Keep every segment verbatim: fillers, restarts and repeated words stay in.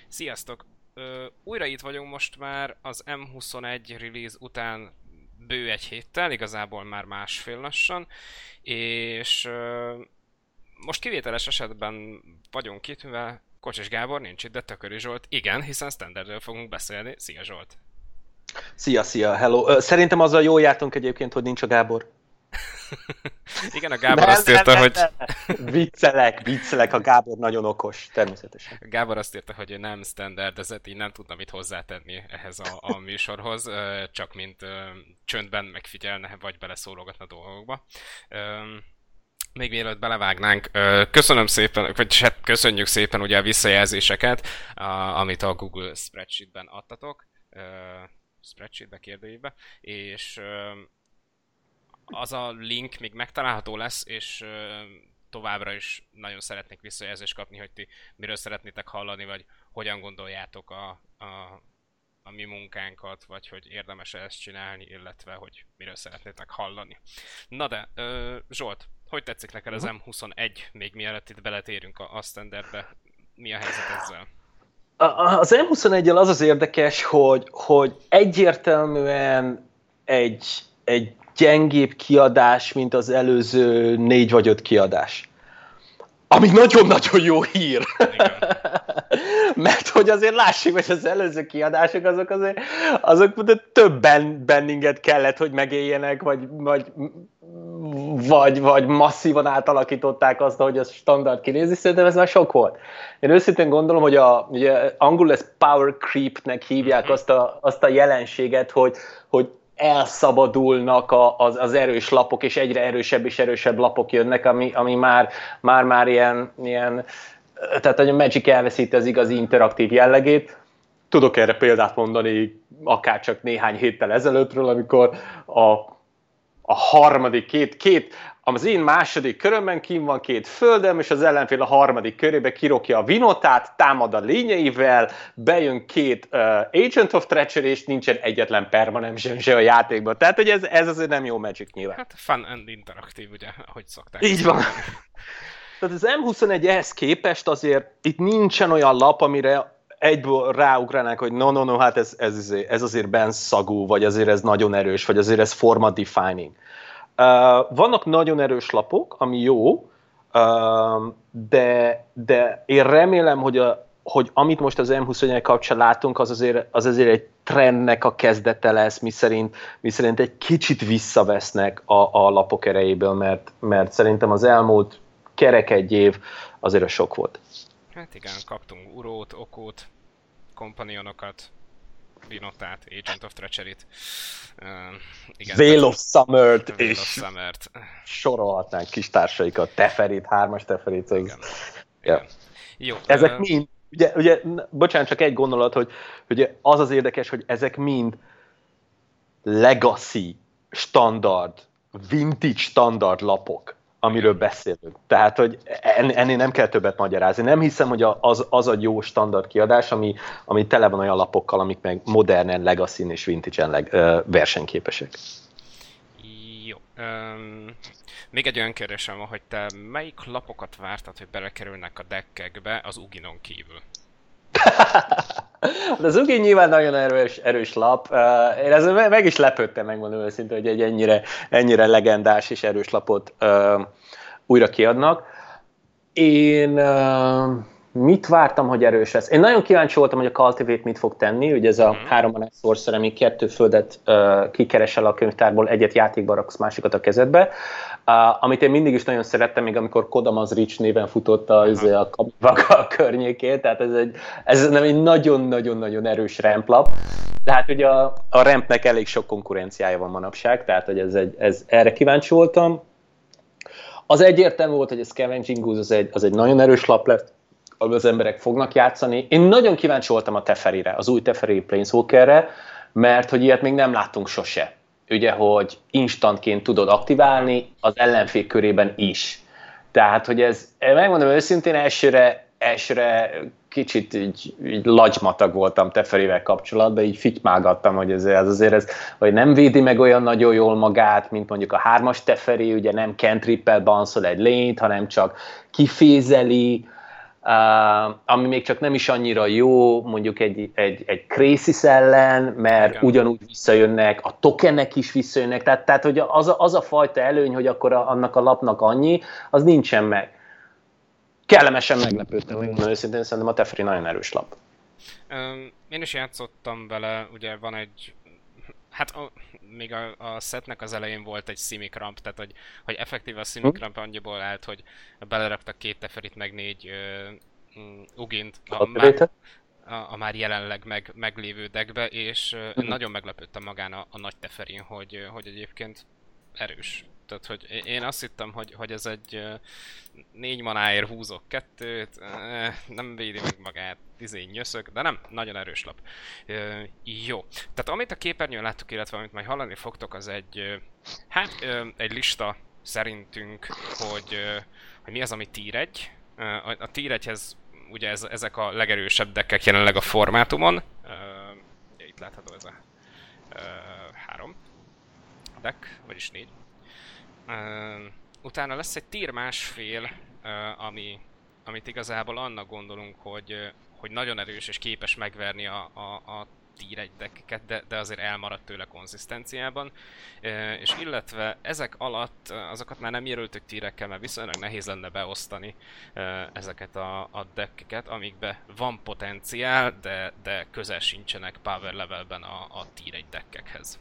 Sziasztok! Ö, újra itt vagyunk most már az em huszonegy release után bő egy héttel, igazából már másfél lassan, és ö, most kivételes esetben vagyunk itt, mivel Kocsis Gábor nincs itt, de Tököli Zsolt igen, hiszen standardről fogunk beszélni. Szia Zsolt! Szia, szia, hello. Szerintem azzal jól jártunk egyébként, hogy nincs a Gábor. Igen, a Gábor nem, azt írta, nem, hogy... nem, nem. Viccelek, viccelek, a Gábor nagyon okos, természetesen. Gábor azt írta, hogy ő nem standardezett, így nem tudna mit hozzátenni ehhez a, a műsorhoz, csak mint csöndben megfigyelne, vagy beleszólogatna dolgokba. Még mielőtt belevágnánk, köszönöm szépen, vagy hát köszönjük szépen ugye a visszajelzéseket, amit a Google Spreadsheetben adtatok, Spreadsheetbe kérdőjébe, és az a link még megtalálható lesz, és továbbra is nagyon szeretnék visszajelzést kapni, hogy ti miről szeretnétek hallani, vagy hogyan gondoljátok a, a, a mi munkánkat, vagy hogy érdemes ezt csinálni, illetve hogy miről szeretnétek hallani. Na de, Zsolt, hogy tetszik neked az em huszonegy, még mielőtt itt beletérünk a, a standardbe? Mi a helyzet ezzel? Az em huszoneggyel az az érdekes, hogy, hogy egyértelműen egy, egy gyengébb kiadás, mint az előző négy vagy öt kiadás. Ami nagyon-nagyon jó hír. Mert hogy azért lássuk, hogy az előző kiadások azok azért, azok több benninget kellett, hogy megéljenek, vagy, vagy, vagy, vagy masszívan átalakították azt, hogy az standard kinézi, szerintem ez már sok volt. Én őszintén gondolom, hogy a, ugye, angolul ezt power creepnek hívják azt a, azt a jelenséget, hogy, hogy elszabadulnak a, az, az erős lapok, és egyre erősebb és erősebb lapok jönnek, ami, ami már, már, már ilyen, ilyen, tehát a Magic elveszíti az igazi interaktív jellegét. Tudok erre példát mondani, akár csak néhány héttel ezelőttről, amikor a, a harmadik, két, két, az én második körömben kín van két földem, és az ellenfél a harmadik körébe kirokja a vinotát, támad a lényeivel, bejön két uh, Agent of Treachery, és nincsen egyetlen permanens se a játékban. Tehát, hogy ez, ez azért nem jó Magic nyilván. Hát fun and interaktív, ugye, ahogy szokták. Így van. Tehát az em huszonegy ehhez képest azért itt nincsen olyan lap, amire egyből ráugranánk, hogy no, no, no, hát ez, ez, ez azért benszagú, vagy azért ez nagyon erős, vagy azért ez format defining. Uh, vannak nagyon erős lapok, ami jó, uh, de, de én remélem, hogy, a, hogy amit most az em huszonegy kapcsán látunk, az azért, az azért egy trendnek a kezdete lesz, miszerint, miszerint egy kicsit visszavesznek a, a lapok erejéből, mert, mert szerintem az elmúlt kerek egy év azért a sok volt. Hát igen, kaptunk Urót, Okót, Companionokat, Vinotát, Agent of Treachery-t. Uh, igen, Veil of Summer-t, Veil és of Summer-t. sorolhatnánk kis társaikat, Teferit, hármas Teferit. Az... Igen. Ja. Igen. Jó, ezek uh... mind, ugye, ugye, bocsánat, csak egy gondolat, hogy ugye az az érdekes, hogy ezek mind legacy, standard, vintage standard lapok, amiről beszélünk. Tehát, hogy ennél nem kell többet magyarázni. Nem hiszem, hogy az, az a jó standard kiadás, ami, ami tele van olyan lapokkal, amik meg modernen, legacy-n és vintage-en leg, ö, versenyképesek. Jó. Um, még egy olyan kérdésem van, hogy te melyik lapokat vártad, hogy belekerülnek a deckekbe az Uginon kívül? Az Ugi nyilván nagyon erős, erős lap. Én ezzel meg is lepődtem, megmondom őszintén, hogy egy ennyire, ennyire legendás és erős lapot uh, újra kiadnak. Én uh, mit vártam, hogy erős lesz? Én nagyon kíváncsi voltam, hogy a Cultivate mit fog tenni. Ugye ez a mm-hmm. három maná sorcerer, ami kettő földet uh, kikeresel a könyvtárból, egyet játékba raksz, másikat a kezedbe. Uh, amit én mindig is nagyon szerettem, még amikor Kodamaz Rich néven futott a, uh-huh. a Kamivaka környékén, tehát ez egy, ez nem egy nagyon-nagyon-nagyon erős ramplap, de hát ugye a, a rampnek elég sok konkurenciája van manapság, tehát hogy ez egy, ez, erre kíváncsi voltam. Az egyértelmű volt, hogy a Scavenging Ooze az egy, az egy nagyon erős lap lett, ahol az emberek fognak játszani. Én nagyon kíváncsi voltam a Teferire, az új Teferi Planeswalkerre, mert hogy ilyet még nem láttunk sose. Ugye, hogy instantként tudod aktiválni az ellenfél körében is. Tehát, hogy ez, megmondom őszintén, elsőre, elsőre kicsit így, így lagymatag voltam Teferivel kapcsolatban, így fitymálgattam, hogy ez, ez azért ez, hogy nem védi meg olyan nagyon jól magát, mint mondjuk a hármas Teferi, ugye nem cantrippel banszol egy lényt, hanem csak kifézeli. uh, ami még csak nem is annyira jó, mondjuk egy, egy, egy Crasis ellen, mert igen, ugyanúgy visszajönnek, a tokenek is visszajönnek, tehát, tehát hogy az a, az a fajta előny, hogy akkor a, annak a lapnak annyi, az nincsen meg. Kellemesen meglepődtem, megmondom őszintén, szerintem a Teferi nagyon erős lap. Um, én is játszottam vele, ugye van egy, hát a, még a, a setnek az elején volt egy Simic ramp, tehát hogy, hogy effektíve a Simic ramp annyiból állt, hogy beleraktak két Teferit meg négy uh, um, Ugint a, a, már, a, a már jelenleg meg, meglévő deckbe, és uh, uh-huh. nagyon meglepődtem magán a, a nagy Teferin, hogy, hogy egyébként erős. Tehát, hogy én azt hittem, hogy, hogy ez egy négy manáért húzok kettőt, nem védi meg magát, izé nyöszök, de nem, nagyon erős lap. Jó. Tehát amit a képernyőn láttuk, illetve amit majd hallani fogtok, az egy, hát egy lista szerintünk, hogy, hogy mi az, ami tier egy. A tier egyhez ugye ez, ezek a legerősebb deckek jelenleg a formátumon. Itt látható ez a három deck, vagyis négy. Uh, utána lesz egy tier másfél, uh, ami, amit igazából annak gondolunk, hogy, uh, hogy nagyon erős és képes megverni a, a, a tier egy deckeket, de, de azért elmaradt tőle konzisztenciában. Uh, és illetve ezek alatt uh, azokat már nem jelöltük tierekkel, mert viszonylag nehéz lenne beosztani uh, ezeket a, a deckeket, amikbe van potenciál, de, de közel sincsenek power levelben a, a tier egy deckekhez.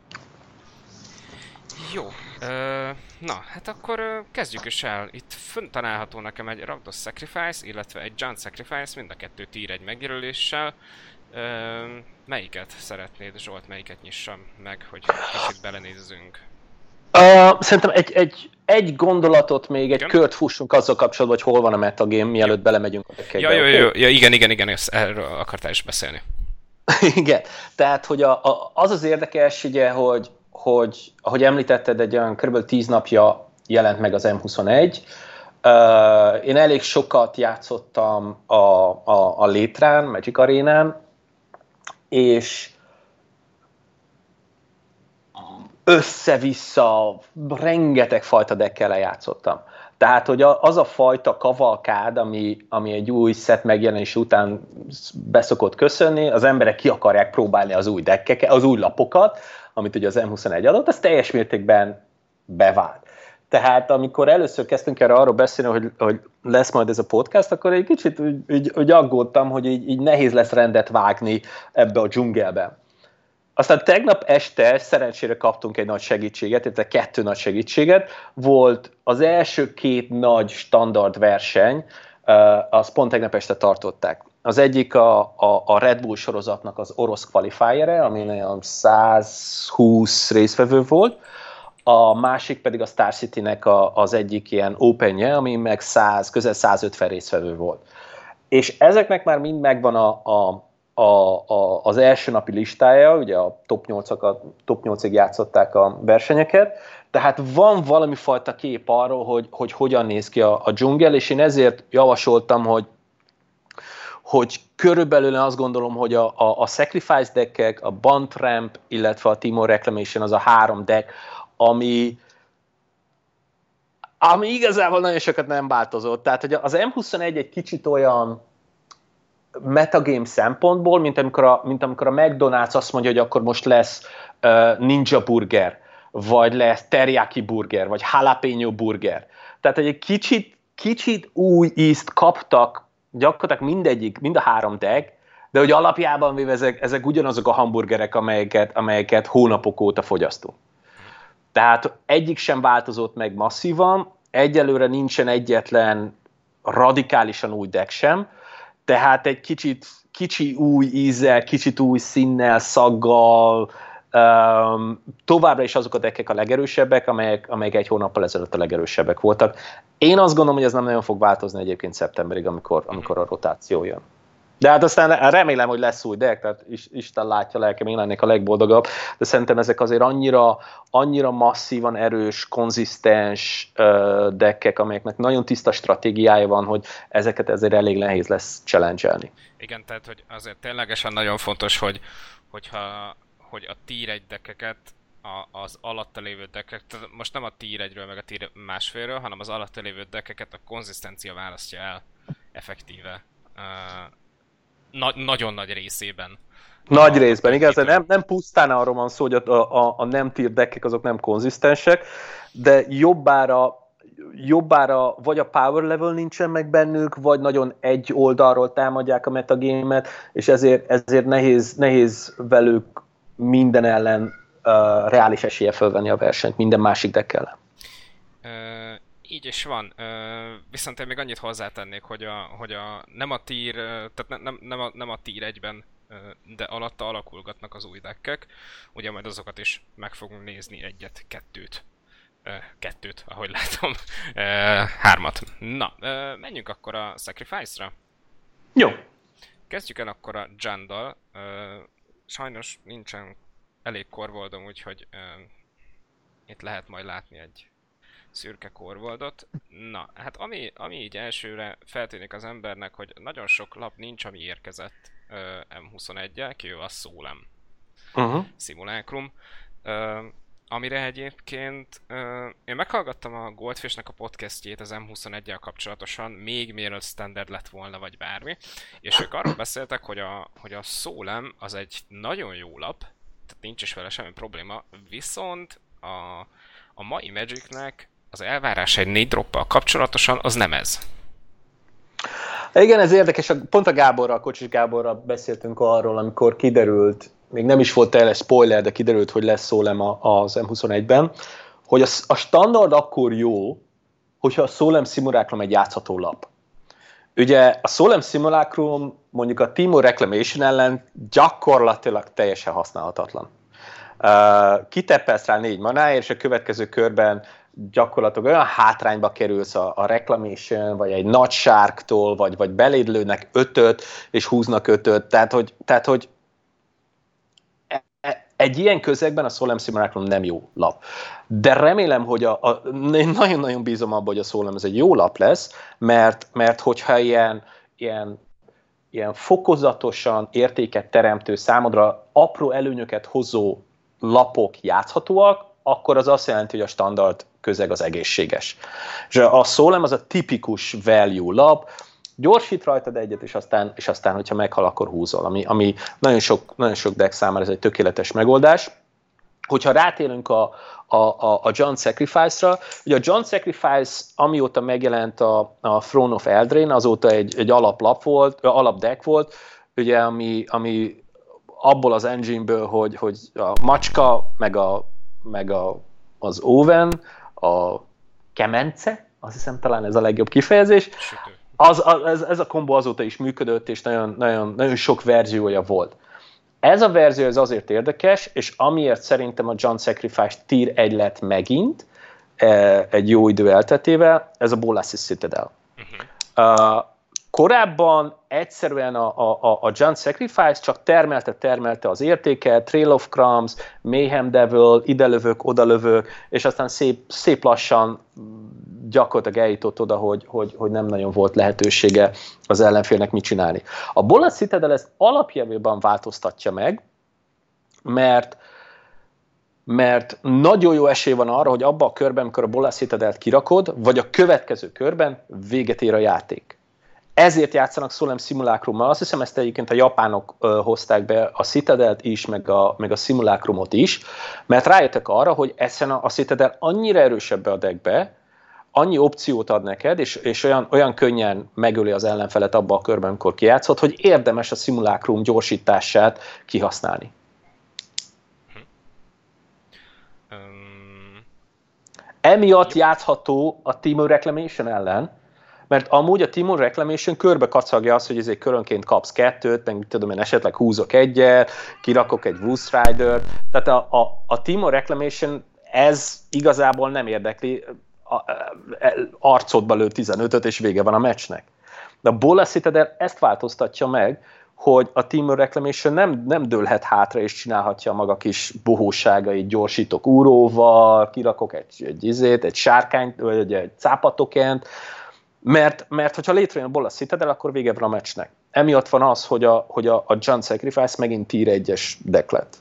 Jó, ö, na, hát akkor ö, kezdjük is el. Itt fönt található nekem egy Rakdos Sacrifice, illetve egy Giant Sacrifice, mind a kettő tier egy megjelöléssel. Ö, melyiket szeretnéd, Zsolt, melyiket nyissam meg, hogy kicsit belenézzünk? Uh, szerintem egy, egy, egy gondolatot még, egy igen? kört fussunk azzal kapcsolatban, hogy hol van a metagame, mielőtt ja. belemegyünk a deckekbe. Ja, jó, jó, ja, igen, igen, igen, ezt erről akartál is beszélni. Igen, tehát hogy a, a, az az érdekes, ugye, hogy hogy, ahogy említetted, egy olyan kb. tíz napja jelent meg az em huszonegy. Uh, én elég sokat játszottam a, a, a Létrán, Magic Arénán, és össze-vissza rengeteg fajta deckkel játszottam. Tehát, hogy az a fajta kavalkád, ami, ami egy új set megjelenés után beszokott köszönni, az emberek ki akarják próbálni az új deckeket, az új lapokat, amit ugye az em huszonegy adott, az teljes mértékben bevált. Tehát amikor először kezdtünk erre arról beszélni, hogy, hogy lesz majd ez a podcast, akkor egy kicsit úgy, úgy, úgy aggódtam, hogy így, így nehéz lesz rendet vágni ebbe a dzsungelbe. Aztán tegnap este szerencsére kaptunk egy nagy segítséget, illetve kettő nagy segítséget. Volt az első két nagy standard verseny, azt pont tegnap este tartották. Az egyik a, a, a Red Bull sorozatnak az orosz qualifier-e, ami olyan száz húsz résztvevő volt, a másik pedig a Star City-nek a, az egyik ilyen openje, ami meg száz, közel száz ötven résztvevő volt. És ezeknek már mind megvan a, a, a, a, az első napi listája, ugye a top nyolcakat, top nyolcig játszották a versenyeket, tehát van valami fajta kép arról, hogy, hogy hogyan néz ki a, a dzsungel, és én ezért javasoltam, hogy hogy körülbelül azt gondolom, hogy a, a, a Sacrifice deckek, a Bant Ramp, illetve a Timor Reclamation az a három deck, ami, ami igazából nagyon sokat nem változott. Tehát, hogy az em huszonegy egy kicsit olyan metagame szempontból, mint amikor a, mint amikor a McDonald's azt mondja, hogy akkor most lesz uh, Ninja Burger, vagy lesz Teriyaki Burger, vagy Jalapeno Burger. Tehát, hogy egy kicsit, kicsit új ízt kaptak gyakorlatilag mindegyik, mind a három deck, de hogy alapjában véve ezek, ezek ugyanazok a hamburgerek, amelyeket, amelyeket hónapok óta fogyasztunk. Tehát egyik sem változott meg masszívan, egyelőre nincsen egyetlen radikálisan új deck sem, tehát egy kicsit, kicsi új ízzel, kicsit új színnel, szaggal, um, továbbra is azok a deckek a legerősebbek, amelyek, amelyek egy hónappal ezelőtt a legerősebbek voltak. Én azt gondolom, hogy ez nem nagyon fog változni egyébként szeptemberig, amikor, amikor a rotáció jön. De hát aztán remélem, hogy lesz új deck, tehát Isten látja lelkem, én lennék a legboldogabb, de szerintem ezek azért annyira, annyira masszívan erős, konzisztens uh, deckek, amelyeknek nagyon tiszta stratégiája van, hogy ezeket ezért elég nehéz lesz challenge-elni. Igen, tehát hogy azért ténylegesen nagyon fontos, hogy, hogyha, hogy a tier egy deckeket az alatta lévő deckek, most nem a tier egyről meg a tier másfélről, hanem az alatta lévő deckeket a konzisztencia választja el. effektíve uh, na- nagyon nagy részében. Nagy a, részben, igaz, nem, nem pusztán arról van szó, hogy a, a, a nem tier deckek azok nem konzisztensek, de jobbára, jobbára vagy a power level nincsen meg bennük, vagy nagyon egy oldalról támadják a metagémet, és ezért, ezért nehéz, nehéz velük minden ellen uh, reális esélye fölvenni a versenyt, minden másik deck ellen. Uh, így is van. Uh, viszont én még annyit hozzátennék, hogy a, hogy a nem a tier, tehát ne, nem, nem, a, nem a tier egyben, de alatta alakulgatnak az új deckek. Ugye majd azokat is meg fogunk nézni egyet, kettőt. Kettőt, ahogy látom. Hármat. Na, menjünk akkor a Sacrifice-ra. Jó. Kezdjük el akkor a Jandal. Sajnos nincsen elég korvoldom, úgyhogy itt lehet majd látni egy szürke korvoldot. Na, hát ami, ami így elsőre feltűnik az embernek, hogy nagyon sok lap nincs, ami érkezett em huszoneggyel, ki ő a Solemn uh-huh. Simulacrum. Uh, amire egyébként uh, én meghallgattam a Goldfishnek a podcastjét az em huszoneggyel kapcsolatosan, még mielőtt standard lett volna, vagy bármi, és ők arról beszéltek, hogy a, hogy a Solemn az egy nagyon jó lap, tehát nincs is vele semmi probléma, viszont a, a mai Magicnek az elvárás egy négy droppal kapcsolatosan az nem ez. Igen, ez érdekes, pont a Gáborral, a Kocsis Gáborral beszéltünk arról, amikor kiderült, még nem is volt tényleg spoiler, de kiderült, hogy lesz Solemn az em huszonegyben, hogy a, a standard akkor jó, hogyha a Solemn Simulacrum egy játszható lap. Ugye a Solemn Simulacrum mondjuk a Temur Reclamation ellen gyakorlatilag teljesen használhatatlan. Uh, kiteppelsz rá négy manáért, és a következő körben gyakorlatilag olyan hátrányba kerülsz a, a Reclamation, vagy egy nagy sárktól, vagy, vagy beléd lőnek ötöt, és húznak ötöt, tehát hogy, tehát, hogy egy ilyen közegben a Solemn Simulacrum nem jó lap. De remélem, hogy a, a, én nagyon-nagyon bízom abban, hogy a Solemn ez egy jó lap lesz, mert, mert hogyha ilyen, ilyen, ilyen fokozatosan értéket teremtő, számodra apró előnyöket hozó lapok játszhatóak, akkor az azt jelenti, hogy a standard közeg az egészséges. És a Solemn az a tipikus value lap, gyorsít rajtad egyet, és aztán, és aztán hogyha meghal, akkor húzol, ami, ami nagyon, sok, nagyon sok deck számára ez egy tökéletes megoldás. Hogyha rátérünk a, a, a, a Jund Sacrifice-ra, ugye a Jund Sacrifice, amióta megjelent a, a Throne of Eldraine, azóta egy, egy alaplap volt, alapdeck volt, ugye, ami, ami abból az engineből, hogy, hogy a macska, meg, a, meg a, az Oven, a kemence, azt hiszem talán ez a legjobb kifejezés, az, az, ez, ez a kombó azóta is működött, és nagyon, nagyon, nagyon sok verziója volt. Ez a verzió ez azért érdekes, és amiért szerintem a Jund Sacrifice tier egy lett megint, egy jó idő elteltével, ez a Bolas's Citadel. Uh-huh. Uh, korábban egyszerűen a, a, a Jund Sacrifice csak termelte-termelte az értéket, Trail of Crumbs, Mayhem Devil, ide lövök, oda lövök, és aztán szép, szép lassan gyakorlatilag eljutott oda, hogy, hogy, hogy nem nagyon volt lehetősége az ellenfélnek mit csinálni. A Bolas Citadel ezt alapjában változtatja meg, mert, mert nagyon jó esély van arra, hogy abban a körben, amikor a Bolas Citadelt kirakod, vagy a következő körben véget ér a játék. Ezért játszanak Solemn Simulacrummal. Azt hiszem, ezt egyébként a japánok ö, hozták be a Citadelt is, meg a, meg a Simulacrumot is, mert rájöttek arra, hogy ezen a, a Citadel annyira erősebb be a deckbe, annyi opciót ad neked, és, és olyan, olyan könnyen megöli az ellenfelet abba a körben, amikor kijátszod, hogy érdemes a Simulacrum gyorsítását kihasználni. Um... Emiatt játszható a Temur Reclamation ellen, mert amúgy a Temur Reclamation körbe kacagja azt, hogy ezért körönként kapsz kettőt, meg tudom én, esetleg húzok egyet, kirakok egy Woost Rider, tehát a, a, a Temur Reclamation ez igazából nem érdekli, arcodba lő tizenötöt, és vége van a meccsnek. De a Bolas Citadel ezt változtatja meg, hogy a Temur Reclamation nem, nem dőlhet hátra, és csinálhatja maga kis bohóságait, gyorsítok úróval, kirakok egy, egy izét, egy sárkányt, vagy egy cápatokent, mert, mert hogyha létrejön a Bolas Citadel, akkor vége van a meccsnek. Emiatt van az, hogy a, hogy a, a Jund Sacrifice megint tier egyes deck lett.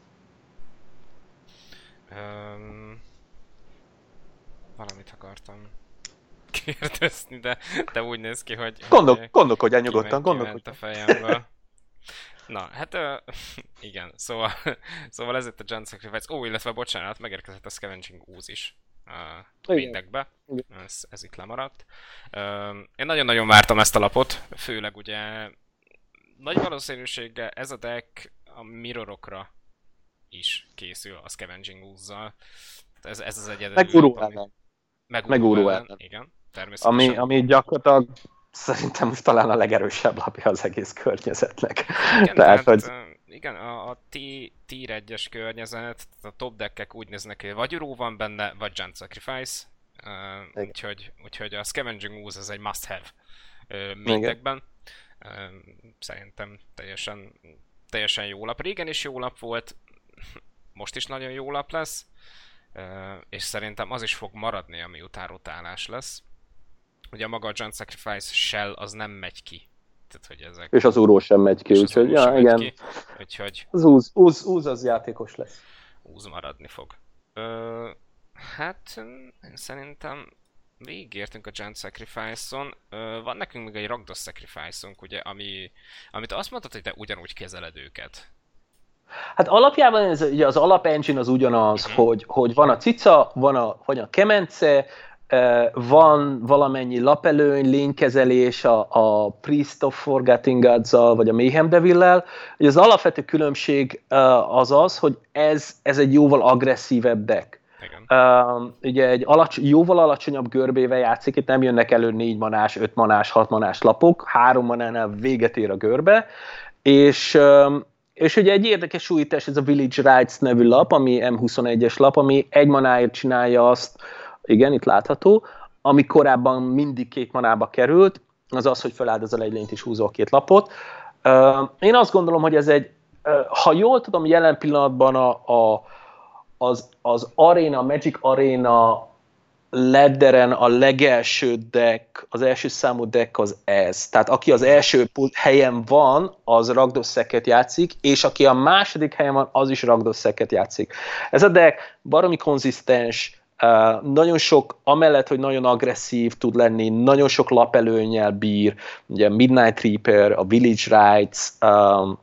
Um, valamit akartam. kérdezni, de, de úgy néz ki, hogy... Gondol, gondolkodjál nyugodtan, gondolkodjál. gondolkodjál. a fejemből. Na, hát uh, igen, szóval, szóval ez itt a Giant Sacrifice. Ó, illetve bocsánat, megérkezett a Scavenging Ooze is a main deckbe. Ez, ez itt lemaradt. Uh, én nagyon-nagyon vártam ezt a lapot, főleg ugye nagy valószínűséggel ez a deck a mirrorokra is készül a Scavenging Ooze-zal. Ez, ez az egyedül. Meg Uru ellen. Meg Uru ellen. Igen, természetesen. Ami, ami gyakorlatilag szerintem most talán a legerősebb lapja az egész környezetnek. Igen, tehát, tehát hogy... igen a, a tier egyes környezet, a top deckek úgy néznek ki, vagy Uru van benne, vagy Giant Sacrifice. Uh, úgyhogy, úgyhogy a Scavenging Ooze az egy must-have uh, main deckben. Uh, szerintem teljesen, teljesen jó lap. Régen is jó lap volt, most is nagyon jó lap lesz. Uh, és szerintem az is fog maradni, ami után rotálás lesz. Ugye maga a Giant Sacrifice Shell az nem megy ki. Tehát, hogy ezek... És az Uro sem megy ki, úgyhogy ja, igen. Ki, úgyhogy... Az Ooze, Ooze, Ooze az játékos lesz. Ooze maradni fog. Ö, hát én szerintem végigértünk a Giant Sacrifice-on. Ö, van nekünk még egy Rakdos Sacrifice-unk, ugye, ami, amit azt mondtad, hogy te ugyanúgy kezeled őket. Hát alapjában ez, ugye az alap engine az ugyanaz, uh-huh. hogy, hogy van a cica, van a, van a kemence, van valamennyi lapelőny, lénykezelés a, a Priest of Forgotten Gods-zal, vagy a Mayhem Devil-lel. Ugye az alapvető különbség az az, hogy ez, ez egy jóval agresszívebb deck. Uh, ugye egy alacs, jóval alacsonyabb görbével játszik, itt nem jönnek elő négy manás, öt manás, hat manás lapok, három manánál véget ér a görbe, és um, És ugye egy érdekes újítás, ez a Village Rites nevű lap, ami em huszonegyes lap, ami egy manáért csinálja azt, igen, itt látható, ami korábban mindig két manába került, az az, hogy feláldozol egy lényt és húzol két lapot. Én azt gondolom, hogy ez egy, ha jól tudom, jelen pillanatban a, a, az, az Arena, Magic Arena ledderen a legelső deck, az első számú deck az ez. Tehát aki az első helyen van, az Rakdos Sacket játszik, és aki a második helyen van, az is Rakdos Sacket játszik. Ez a deck baromi konzisztens, uh, nagyon sok, amellett, hogy nagyon agresszív tud lenni, nagyon sok lapelőnnyel bír, ugye Midnight Reaper, a Village Rites, um,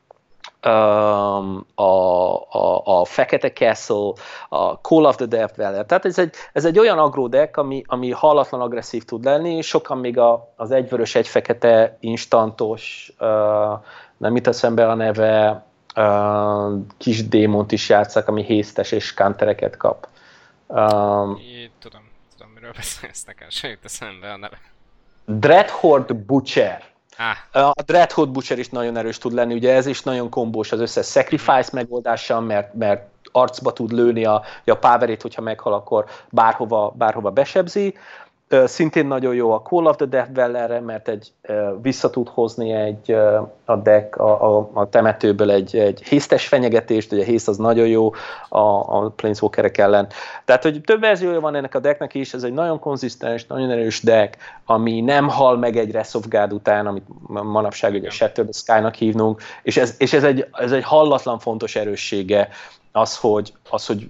Um, a, a, a Fekete Castle, a Call of the Death Valor. Tehát ez egy, ez egy olyan agro deck, ami, ami hallatlan agresszív tud lenni, és sokan még a, az egyvörös, egyfekete instantos, uh, nem jut eszembe a neve, uh, kis démont is játszak, ami hésztes és countereket kap. Um, Én tudom, tudom, miről beszélsz, nekem se jut eszembe a neve. Dreadhorde Butcher. Ah. A Dreadhorde Butcher is nagyon erős tud lenni, ugye ez is nagyon kombós az összes Sacrifice megoldással, mert, mert arcba tud lőni a, a powerét, hogyha meghal, akkor bárhova, bárhova besebzi. Szintén nagyon jó a Call of the Death Valorre, mert egy, vissza tud hozni egy, a deck a, a, a temetőből egy, egy hésztes fenyegetést, ugye a hész az nagyon jó a, a Planeswalkerek ellen. Tehát, hogy több verziója van ennek a decknek is, ez egy nagyon konzisztens, nagyon erős deck, ami nem hal meg egy Wrath of God után, amit manapság ugye Shatter the Sky-nak hívnunk, és ez, és ez, egy, ez egy hallatlan fontos erőssége az, hogy, az, hogy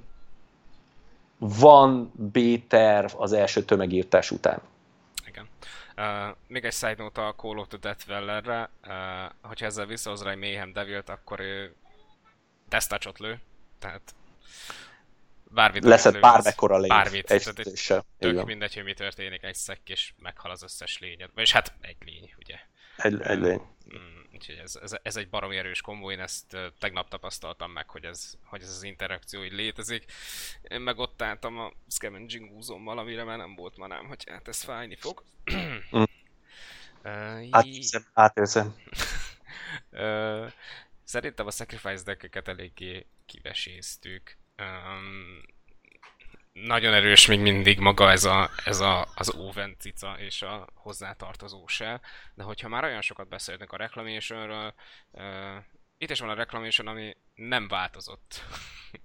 van B-terv az első tömegírtás után. Igen. Uh, még egy side note a Call of the Death Valorre, uh, hogyha ezzel visszahoz rá egy Mayhem Devil-t, akkor ő Death Touch-ot lő, tehát bármit leszed bármekkora lény. Bármit. Egy tök igen. Mindegy, hogy mi történik, egy szekk és meghal az összes lényed. Vagyis hát egy lény, ugye. Egy, egy lény. Mm, úgyhogy ez, ez, ez egy baromi erős kombó, én ezt uh, tegnap tapasztaltam meg, hogy ez, hogy ez az interakció így létezik. Én meg ott álltam a Scavenging Ooze-ommal, amire már nem volt manám, hogy hát ez fájni fog. Mm. uh, átérzem, átérzem. uh, szerintem a Sacrifice deckeket eléggé kiveséztük. Um, nagyon erős még mindig maga ez, a, ez a, az Oven cica és a hozzátartozó shell, de hogyha már olyan sokat beszéltünk a Reclamationről, uh, itt is van a Reclamation, ami nem változott.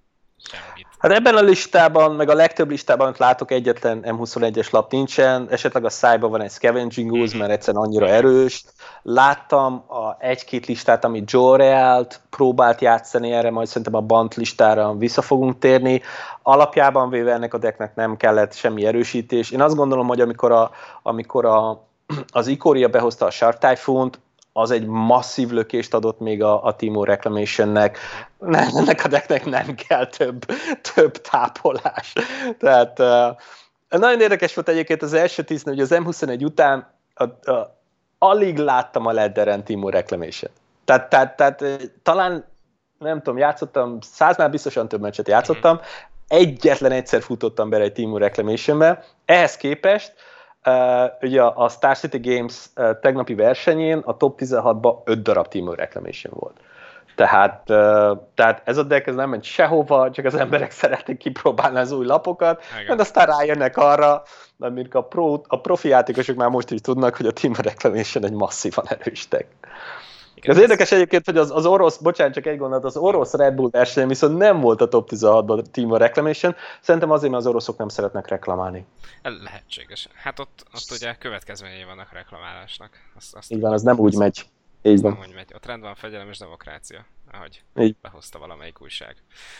semmit. Hát ebben a listában, meg a legtöbb listában, amit látok, egyetlen em huszonegyes lap nincsen, esetleg a szájban van egy Scavenging Ooze, mert egyszerűen annyira erős. Láttam a egy-két listát, amit Joe Realt próbált játszani erre, majd szerintem a Bant listára vissza fogunk térni. Alapjában véve ennek a decknek nem kellett semmi erősítés. Én azt gondolom, hogy amikor, a, amikor a, az Ikoria behozta a Shark Typhoon-t, az egy masszív lökést adott még a, a Teemo Reclamation-nek. Nem, ennek a decknek nem kell több, több tápolás. Tehát uh, nagyon érdekes volt egyébként az első tíznél, hogy az em huszonegy után a, a, alig láttam a ledderen Teemo Reclamation. Tehát, tehát, tehát talán, nem tudom, játszottam, száznál biztosan több meccset játszottam, egyetlen egyszer futottam bele egy Teemo Reclamation-be. Ehhez képest Uh, ugye a Star City Games uh, tegnapi versenyén a top tizenhatban öt darab Teemo Reclamation volt. Tehát, uh, tehát ez a deck ez nem ment sehova, csak az emberek szeretnék kipróbálni az új lapokat, mert aztán rájönnek arra, amik a, pro, a profi játékosok már most is tudnak, hogy a Teemo Reclamation egy masszívan erős deck. Igen, az érdekes egyébként, hogy az, az orosz, bocsánat, csak egy gondolat, az orosz Red Bull versenyen viszont nem volt a top tizenhatban a Teemo Reclamation, szerintem azért, mert az oroszok nem szeretnek reklamálni. Lehetséges. Hát ott, ott ugye következményei vannak a reklamálásnak. Azt, azt így van, az nem úgy megy. Így van. Nem úgy megy. Ott rend van, fegyelem és demokrácia, ahogy így behozta valamelyik újság.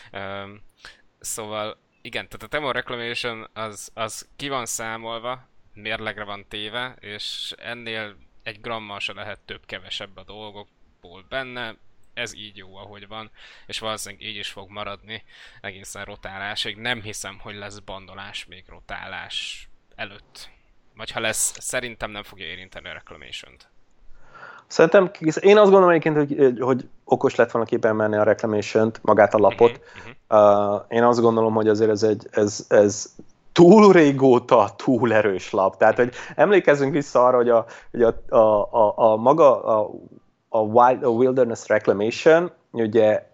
Um, szóval igen, tehát a Teemo Reclamation az, az ki van számolva, mérlegre van téve, és ennél egy grammal se lehet több-kevesebb a dolgokból benne, ez így jó, ahogy van, és valószínűleg így is fog maradni egészen rotálásig. Nem hiszem, hogy lesz bandolás még rotálás előtt. Vagy ha lesz, szerintem nem fogja érinteni a Reclamation-t. Szerintem, én azt gondolom egyébként, hogy, hogy okos lett volna képen menni a Reclamation-t, magát a lapot. Uh-huh, uh-huh. Uh, én azt gondolom, hogy azért ez egy, ez, ez túl régóta túl erős lap. Tehát, hogy emlékezzünk vissza arra, hogy a, hogy a, a, a, a maga a, a, Wild, a Wilderness Reclamation ugye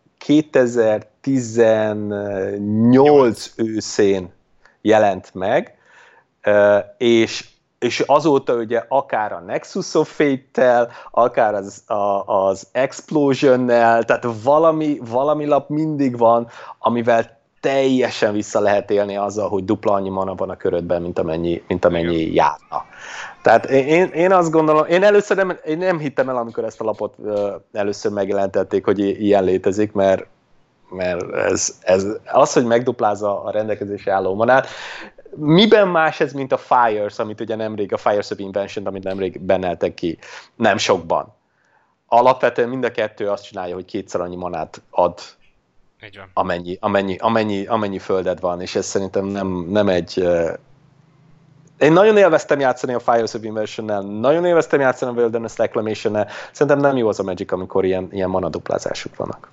kétezer-tizennyolc őszén jelent meg, és, és azóta ugye akár a Nexus of Fate-tel, akár az, a, az Explosion-nel, tehát valami, valami lap mindig van, amivel teljesen vissza lehet élni azzal, hogy dupla annyi mana van a körödben, mint amennyi, mint amennyi járna. Tehát én, én azt gondolom, én először nem, én nem hittem el, amikor ezt a lapot uh, először megjelentették, hogy ilyen létezik, mert, mert ez, ez, az, hogy megduplázza a rendelkezésre álló manát, miben más ez, mint a Fires, amit ugye nemrég, a Fires of Invention, amit nemrég benneltek ki, nem sokban. Alapvetően mind a kettő azt csinálja, hogy kétszer annyi manát ad, Amennyi, amennyi, amennyi, amennyi földed van, és ez szerintem nem, nem egy... Uh... Én nagyon élveztem játszani a Fires of Inversion-nel, nagyon élveztem játszani a Wilderness Reclamation-nel, szerintem nem jó az a Magic, amikor ilyen, ilyen mana duplázásuk vannak.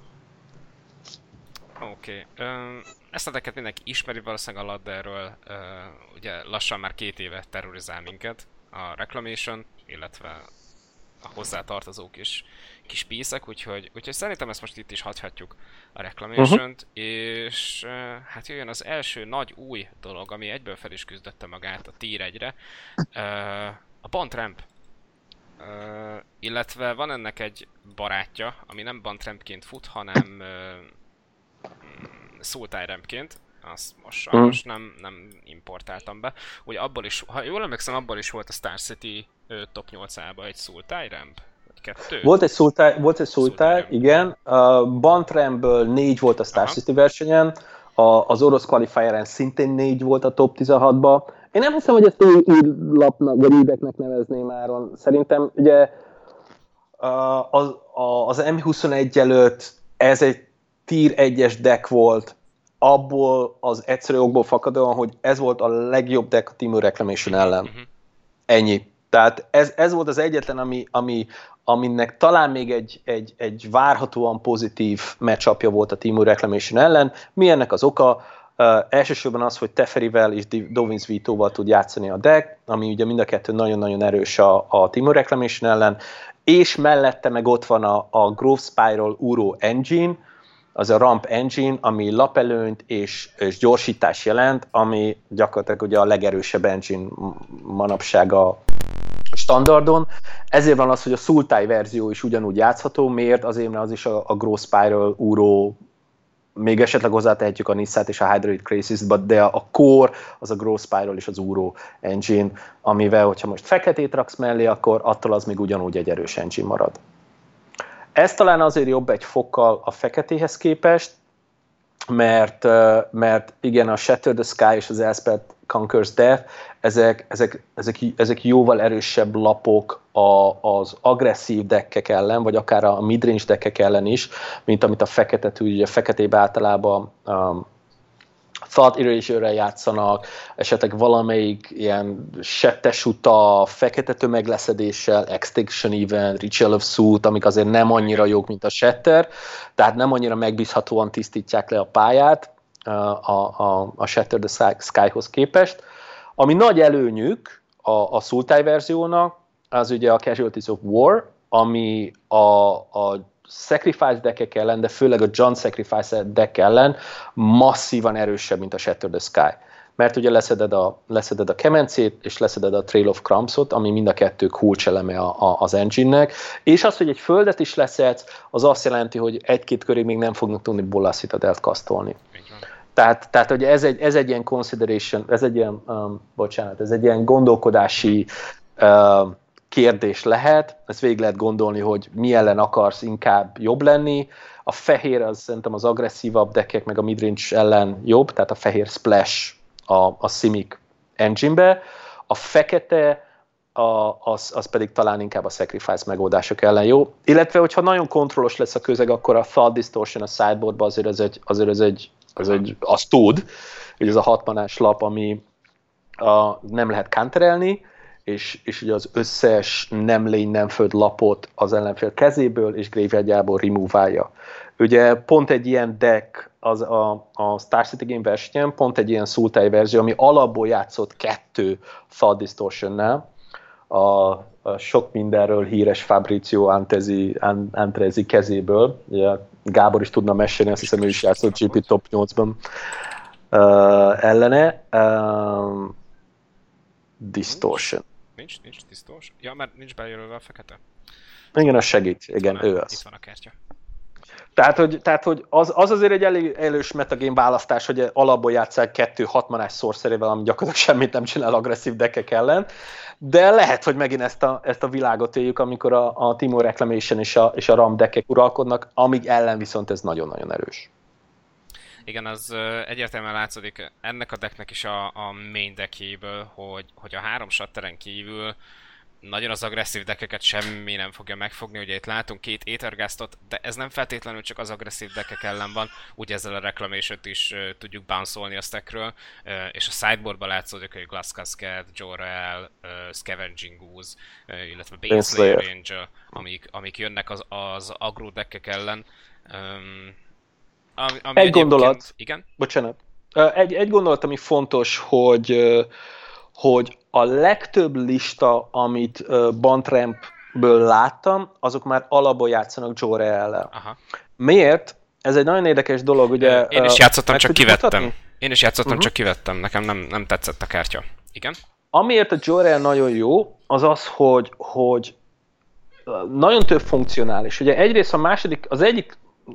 Oké. Okay. Um, ezt a decket mindenki ismeri valószínűleg a ladderről, uh, ugye lassan már két éve terrorizál minket a Reclamation, illetve a hozzátartozók is kis píszek, úgyhogy, úgyhogy szerintem ezt most itt is hagyhatjuk a Reclamation-t, uh-huh. és uh, hát jöjjön az első nagy új dolog, ami egyből fel is küzdötte magát a tier egyre, uh, a Bantramp. Uh, illetve van ennek egy barátja, ami nem Bantrampként fut, hanem uh, Sultai Rampként. Azt most sajnos mm. nem, nem importáltam be. Ugye abból is, ha jól emlékszem, abból is volt a Star City uh, top nyolcában egy Sultai Ramp. Kettő? Volt egy Sultai, volt egy Sultai, igen. A Bantrampből négy volt a Star Aha. City versenyen, a, az orosz qualifieren szintén négy volt a top tizenhatban. Én nem hiszem, hogy ezt új, új lapnak, vagy éveknek nevezném áron. Szerintem ugye az, az em huszonegy előtt ez egy tier egyes deck volt, abból az egyszerű okból fakadóan, hogy ez volt a legjobb deck a Teemo Reclamation ellen. Uh-huh. Ennyi. Tehát ez, ez volt az egyetlen, ami, ami, aminek talán még egy, egy, egy várhatóan pozitív matchupja volt a Teemo Reclamation ellen. Mi ennek az oka? Uh, elsősorban az, hogy Teferivel és Dovin's Veto-val tud játszani a deck, ami ugye mind a kettő nagyon-nagyon erős a, a Teemo Reclamation ellen, és mellette meg ott van a, a Growth Spiral Uro Engine, az a Ramp Engine, ami lapelőnyt és, és gyorsítás jelent, ami gyakorlatilag ugye a legerősebb engine manapság a standardon. Ezért van az, hogy a Sultai verzió is ugyanúgy játszható. Miért? Azért, mert az is a, a Growth Spiral Uro még esetleg hozzátehetjük a Nissát és a Hydroid Crazy, de a core az a Growth Spiral és az Uro engine, amivel, hogyha most feketét raksz mellé, akkor attól az még ugyanúgy egy erős engine marad. Ez talán azért jobb egy fokkal a feketéhez képest, mert, mert igen, a Shatter the Sky és az Elspeth Conquers Death, ezek, ezek, ezek, ezek jóval erősebb lapok a, az agresszív deckek ellen, vagy akár a midrange deckek ellen is, mint amit a fekete tud, ugye a feketébe általában um, Thought Erasure-rel játszanak, esetleg valamelyik ilyen settes uta, fekete tömegleszedéssel, Extinction Event, Ritual of Soot, amik azért nem annyira jók, mint a Shatter, tehát nem annyira megbízhatóan tisztítják le a pályát a, a, a Shatter the Sky-hoz képest. Ami nagy előnyük a, a Sultai verziónak, az ugye a Casualties of War, ami a, a Sacrifice deckek ellen, de főleg a John Sacrifice deck ellen masszívan erősebb, mint a Shatter the Sky. Mert ugye leszeded a, leszeded a kemencét, és leszeded a Trail of Crumbsot, ami mind a kettő kulcseleme a, a, az engine-nek, és az, hogy egy földet is leszedsz, az azt jelenti, hogy egy-két körig még nem fognak tudni Bolas Citadelt kasztolni. Tehát, tehát hogy ez egy, ez egy ilyen consideration, ez egy ilyen, um, bocsánat, ez egy ilyen gondolkodási uh, kérdés lehet, ezt végig lehet gondolni, hogy mi ellen akarsz inkább jobb lenni. A fehér az szerintem az agresszívabb deckek, meg a midrange ellen jobb, tehát a fehér splash a, a Simic engine-be. A fekete a, az, az pedig talán inkább a Sacrifice megoldások ellen jó. Illetve, hogyha nagyon kontrollos lesz a közeg, akkor a Thought Distortion a sideboardban azért ez egy, azért ez egy, az egy, az tud, hogy ez a hat manás lap, ami a, nem lehet counterelni, és, és ugye az összes nem lény, nem föld lapot az ellenfél kezéből és graveyardjából remove-álja. Ugye pont egy ilyen deck az a, a Star City Game versenyen, pont egy ilyen Sultai verzió, ami alapból játszott kettő Thought Distortionnál, a, a sok mindenről híres Fabrizio Antezi, Antrezi kezéből. Ugye Gábor is tudna mesélni, azt hiszem ő is játszott gé pé Top nyolcban uh, ellene. Uh, Distortion. Nincs, nincs Distortion. Ja, mert nincs bejelölve a fekete. Igen, az segít. Igen, van, ő az. Itt van a kártya. Tehát, hogy, tehát, hogy az, az azért egy elég elős metagame választás, hogy alapból játsszák kettő hatmanás sorcerével, ami gyakorlatilag semmit nem csinál agresszív deckek ellen, de lehet, hogy megint ezt a, ezt a világot éljük, amikor a, a Timo Reclamation és a, és a Ram deckek uralkodnak, amíg ellen viszont ez nagyon-nagyon erős. Igen, az egyértelműen látszódik ennek a decknek is a, a main deckjéből, hogy, hogy a három shatteren kívül nagyon az agresszív deckeket semmi nem fogja megfogni, ugye itt látunk két Aetherghastot, de ez nem feltétlenül csak az agresszív deckek ellen van, úgy ezzel a Reclamation-t is uh, tudjuk bounce-olni a stackről, uh, és a sideboardban látszódik, hogy Glass Cascade, Jor-El, uh, Scavenging Ooze, uh, illetve Baneslayer Angel, amik, amik jönnek az, az aggro deckek ellen. Um, ami, ami egy gondolat, igen? Bocsánat, egy, egy gondolat, ami fontos, hogy, hogy a legtöbb lista, amit Bantrampből láttam, azok már alapból játszanak Jor-El-el. Miért? Ez egy nagyon érdekes dolog, ugye... Én is játszottam, csak kivettem. Mutatni? Én is játszottam, uh-huh. csak kivettem. Nekem nem, nem tetszett a kártya. Igen? Amiért a Jor-El nagyon jó, az az, hogy, hogy nagyon több funkcionális. Ugye egyrészt a második, az egyik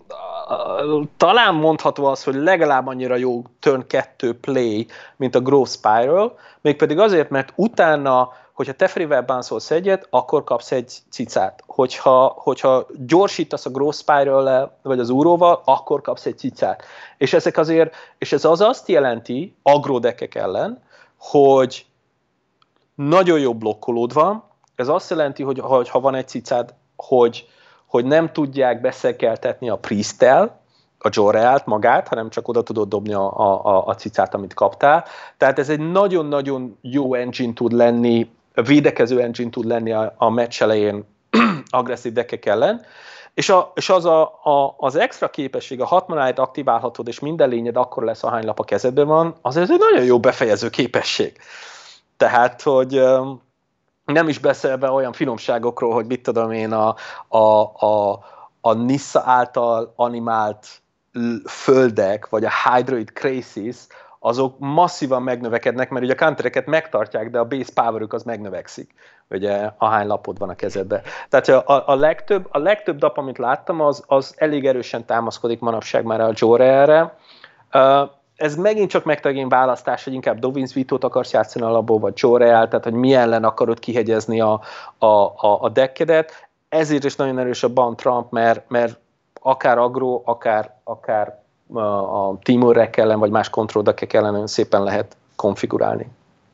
talán mondható az, hogy legalább annyira jó turn kettő play, mint a Growth Spiral, mégpedig azért, mert utána, hogyha Teferivel bounce-olsz egyet, akkor kapsz egy cicát. Hogyha, hogyha gyorsítasz a Growth Spiral-lel, vagy az Uróval, akkor kapsz egy cicát. És ezek azért, és ez az azt jelenti, aggro deckek ellen, hogy nagyon jó blokkolód van, ez azt jelenti, hogy ha van egy cicád, hogy hogy nem tudják beszekeltetni a Priest-tel, a Jor-El-t magát, hanem csak oda tudod dobni a, a, a cicát, amit kaptál. Tehát ez egy nagyon-nagyon jó engine tud lenni, védekező engine tud lenni a, a meccs elején agresszív deckek ellen, és, a, és az a, a, az extra képesség, a hat manáit aktiválhatod, és minden lényed akkor lesz, ahány lap a kezedben van, az ez egy nagyon jó befejező képesség. Tehát, hogy... nem is beszélve olyan finomságokról, hogy mit tudom én, a, a, a, a Nissa által animált földek, vagy a Hydroid Crasis, azok masszívan megnövekednek, mert ugye a countereket megtartják, de a base powerük az megnövekszik, ugye ahány lapod van a kezedben. Tehát a, a, legtöbb, a legtöbb dap, amit láttam, az, az elég erősen támaszkodik manapság már a Jor-El-re. Uh, ez megint csak megint választás, hogy inkább Dovin's Veto-t akarsz játszani alapból, vagy Jor-El, tehát hogy mi ellen akarod kihegyezni a, a, a, a deckedet. Ezért is nagyon erős a ban Trump, mert, mert akár agro, akár, akár a Timur-rek ellen, vagy más kontrolldekkek ellen nagyon szépen lehet konfigurálni.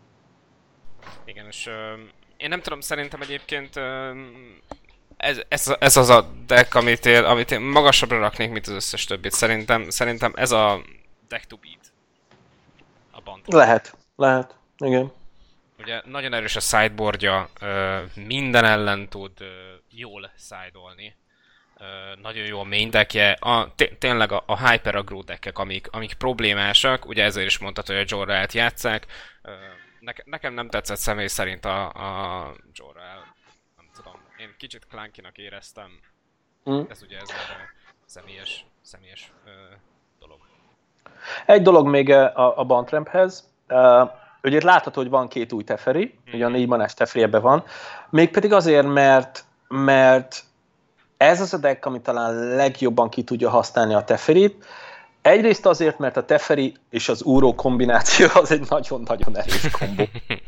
Igen, és uh, én nem tudom, szerintem egyébként uh, ez, ez, ez az a deck, amit én, amit én magasabbra raknék, mint az összes többit. Szerintem, szerintem ez a deck to beat. A Bant. Lehet, lehet, igen. Ugye nagyon erős a sideboardja, minden ellen tud jól sideolni. Nagyon jó a main deckje, a, tényleg a, a hyper aggro deckek, amik, amik problémásak, ugye ezért is mondtad, hogy a Jor-El-t játsszák. Neke, nekem nem tetszett személy szerint a, a Jor-El. Nem tudom, én kicsit clunky-nak éreztem. Mm. Ez ugye ez a személyes, személyes ö, dolog. Egy dolog még a, a Bantramphez. Uh, ugye itt látható, hogy van két új Teferi, mm. ugye a négy manás Teferi ebben van. Mégpedig azért, mert, mert ez az a deck, ami talán legjobban ki tudja használni a Teferit. Egyrészt azért, mert a Teferi és az Uro kombináció az egy nagyon-nagyon erős kombó.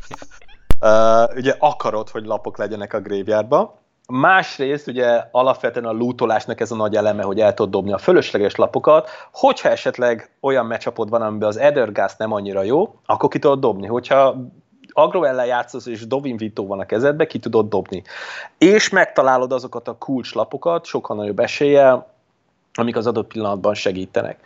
uh, ugye akarod, hogy lapok legyenek a graveyardba. Másrészt ugye alapvetően a lootolásnak ez a nagy eleme, hogy el tudod dobni a fölösleges lapokat. Hogyha esetleg olyan matchupod van, amiben az Edergast nem annyira jó, akkor ki tudod dobni. Hogyha aggro ellen játszasz, és Dovin's Veto van a kezedbe, ki tudod dobni. És megtalálod azokat a kulcslapokat, sokkal nagyobb eséllyel, amik az adott pillanatban segítenek.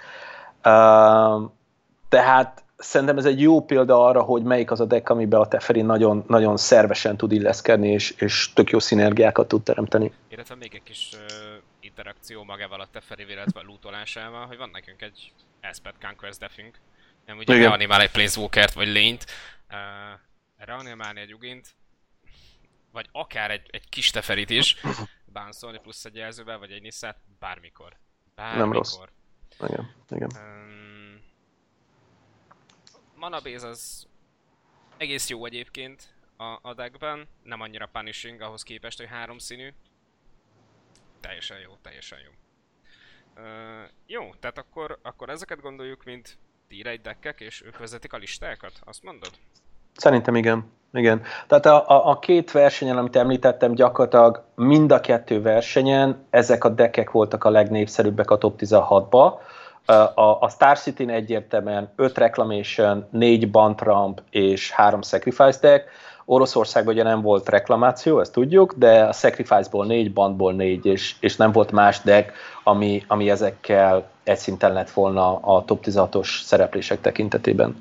Uh, tehát szerintem ez egy jó példa arra, hogy melyik az a deck, amiben a Teferi nagyon, nagyon szervesen tud illeszkedni, és, és tök jó szinergiákat tud teremteni. Illetve még egy kis uh, interakció magával a Teferivel, illetve a lootolásával, hogy van nekünk egy Elspeth Conquest deckünk, nem ugye reanimál egy Planeswalkert vagy lényt, uh, reanimálni egy Ugint, vagy akár egy, egy kis Teferit is, bánszolni plusz egy jelzővel, vagy egy Nissát, bármikor. Bármikor. Nem rossz. Igen, igen. Um, Mana base az egész jó egyébként a, a deckben, nem annyira punishing ahhoz képest, hogy három színű. Teljesen jó, teljesen jó. Uh, jó, tehát akkor, akkor ezeket gondoljuk, mint tier egy deckek, és ők vezetik a listákat, azt mondod? Szerintem igen. Igen. Tehát a, a, a két versenyen, amit említettem, gyakorlatilag mind a kettő versenyen ezek a deckek voltak a legnépszerűbbek a top tizenhatba. A, a Star City-n egyértelműen öt Reclamation, négy Bantramp és három Sacrifice deck. Oroszországban ugye nem volt reklamáció, ezt tudjuk, de a Sacrifice-ból négy, Bantból négy, és, és nem volt más deck, ami, ami ezekkel egy szinten lett volna a top tizenhatos szereplések tekintetében.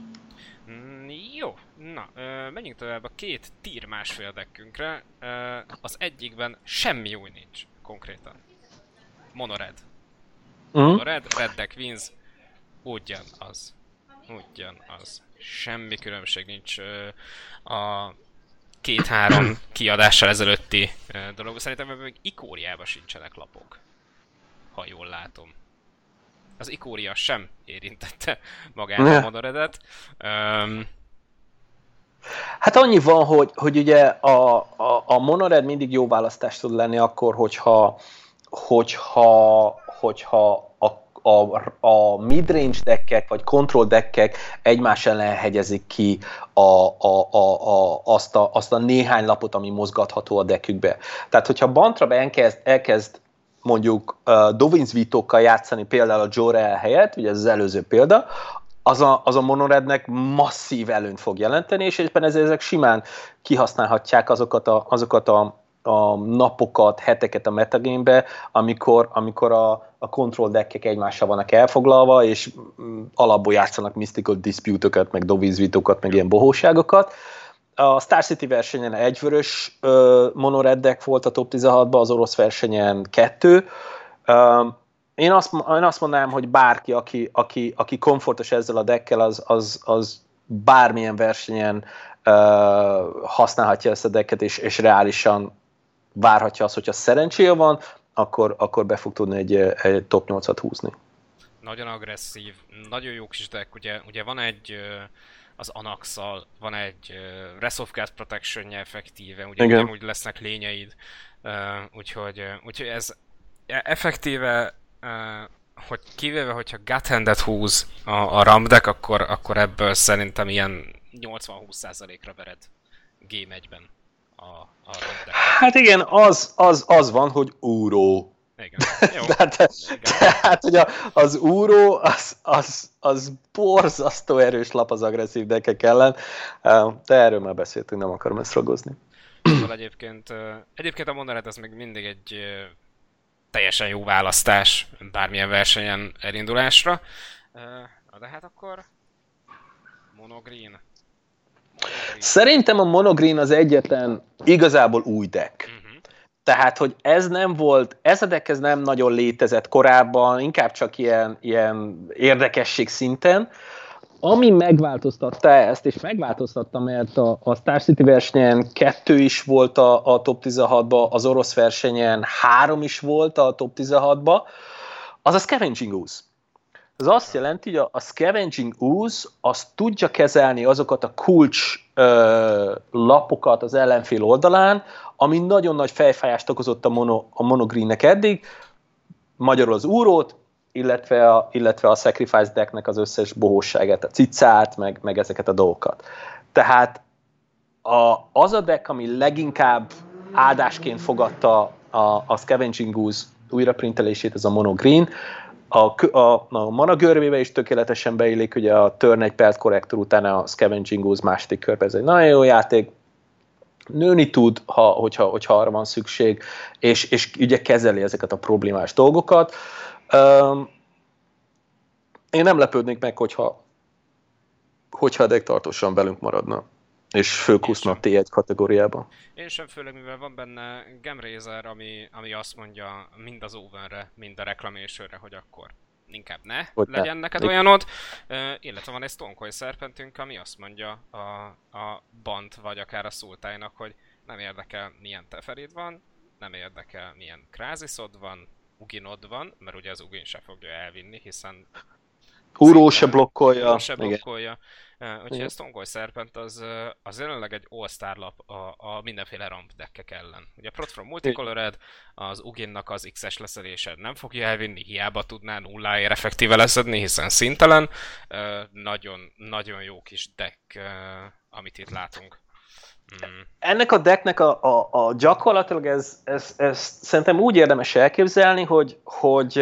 Menjünk tovább a két tier másfél deckünkre. Az egyikben semmi új nincs, konkrétan. Mono-red. Mm. Mono-red, red deck wins. Ugyanaz. Ugyanaz. Semmi különbség nincs a két-három kiadással ezelőtti dolog. Szerintem még Ikóriában sincsenek lapok. Ha jól látom. Az Ikória sem érintette magát a Mono-redet. Um, Hát annyi van, hogy, hogy ugye a, a, a Mono-red mindig jó választás tud lenni akkor, hogyha, hogyha, hogyha a, a, a midrange deckek vagy control deckek egymás ellen helyezik ki a, a, a, a, azt, a, azt a néhány lapot, ami mozgatható a deckükbe. Tehát, hogyha Bantrap elkezd, elkezd mondjuk uh, Dovin's Veto-kkal játszani például a Jor-El helyett, ugye ez az előző példa, az a, az a Mono-rednek masszív előnyt fog jelenteni, és éppen ezért ezek simán kihasználhatják azokat a, azokat a, a napokat, heteket a metagame-be, amikor, amikor a, a control deckek egymással vannak elfoglalva, és alapból játszanak Mystical Dispute-öket, meg Dovin's Veto-kat, meg ilyen bohóságokat. A Star City versenyen egy vörös uh, Mono-red deck volt a top tizenhatban, az orosz versenyen kettő. Uh, Én azt, én azt mondanám, hogy bárki, aki, aki, aki komfortos ezzel a deckkel, az, az, az bármilyen versenyen uh, használhatja ezt a decket, és, és reálisan várhatja azt, hogyha szerencséje van, akkor, akkor be fog tudni egy, egy top nyolcat húzni. nagyon agresszív, nagyon jó kis deck, ugye, ugye van egy az Anax-szal, van egy Wrath of God Protection-je effektíve, ugye Igen. ugyanúgy lesznek lényeid, úgyhogy, úgyhogy ez effektíve, hogy kivéve, hogyha Guthandet húz a, a RAM deck, akkor, akkor ebből szerintem ilyen nyolcvan-húsz százalékra vered Game egyben a, a RAM deck. Hát igen, az, az, az van, hogy úró. Igen. Jó. tehát, igen. tehát, hogy a, az úró, az, az, az borzasztó erős lap az agresszív deckek ellen, de erről már beszéltünk, nem akarom ezt ragozni. Szóval egyébként, egyébként a Monored ez még mindig egy teljesen jó választás bármilyen versenyen elindulásra. De hát akkor Monogreen. Monogreen. Szerintem a Monogreen az egyetlen igazából új deck. Uh-huh. Tehát, hogy ez nem volt, ez a deck ez nem nagyon létezett korábban, inkább csak ilyen, ilyen érdekesség szinten. Ami megváltoztatta ezt, és megváltoztatta, mert a, a Star City versenyen kettő is volt a, a top tizenhatba, az orosz versenyen három is volt a top tizenhatba, az a Scavenging Ooze. Ez azt jelenti, hogy a, a Scavenging Ooze az tudja kezelni azokat a kulcs ö, lapokat az ellenfél oldalán, ami nagyon nagy fejfájást okozott a, mono, a Monogreennek eddig, magyarul az úrót, illetve a, illetve a Sacrifice decknek az összes bohósságát, a cicát, meg, meg ezeket a dolgokat. Tehát a, az a deck, ami leginkább áldásként fogadta a, a Scavenging Ooze újraprintelését, ez a Monogreen. A, a, a mana görbébe is tökéletesen beillik, ugye a turn egy Pelt Corrector utána a Scavenging Ooze második körbe, ez egy nagyon jó játék, nőni tud, ha, hogyha, hogyha arra van szükség, és, és ugye kezeli ezeket a problémás dolgokat. Um, én nem lepődnék meg, hogyha, hogyha a deck tartósan velünk maradna, és fölkuszna a té egy kategóriában. Én sem, főleg mivel van benne Gemrazer, ami, ami azt mondja mind az Ovenre, mind a Reclamation-re, hogy akkor inkább ne hogy legyen ne. neked olyanod, uh, illetve van egy Stonecoil Serpentünk, ami azt mondja a, a Bant, vagy akár a Sultai-nak, hogy nem érdekel milyen Teferid van, nem érdekel milyen Krázisod van, Uginod van, mert ugye az Ugin se fogja elvinni, hiszen Húró se blokkolja. Húró se blokkolja. Uh, úgyhogy a Stonecoil Serpent az, az jelenleg egy all-star lap a, a mindenféle ramp deckek ellen. Ugye a Prot from Multicolored, az Uginnak az X-es leszelése nem fogja elvinni, hiába tudná nulláért effektíve leszedni, hiszen szintelen. Uh, nagyon, nagyon jó kis deck, uh, amit itt látunk. Mm. Ennek a decknek a, a, a gyakorlatilag ez, ez, ez szerintem úgy érdemes elképzelni, hogy, hogy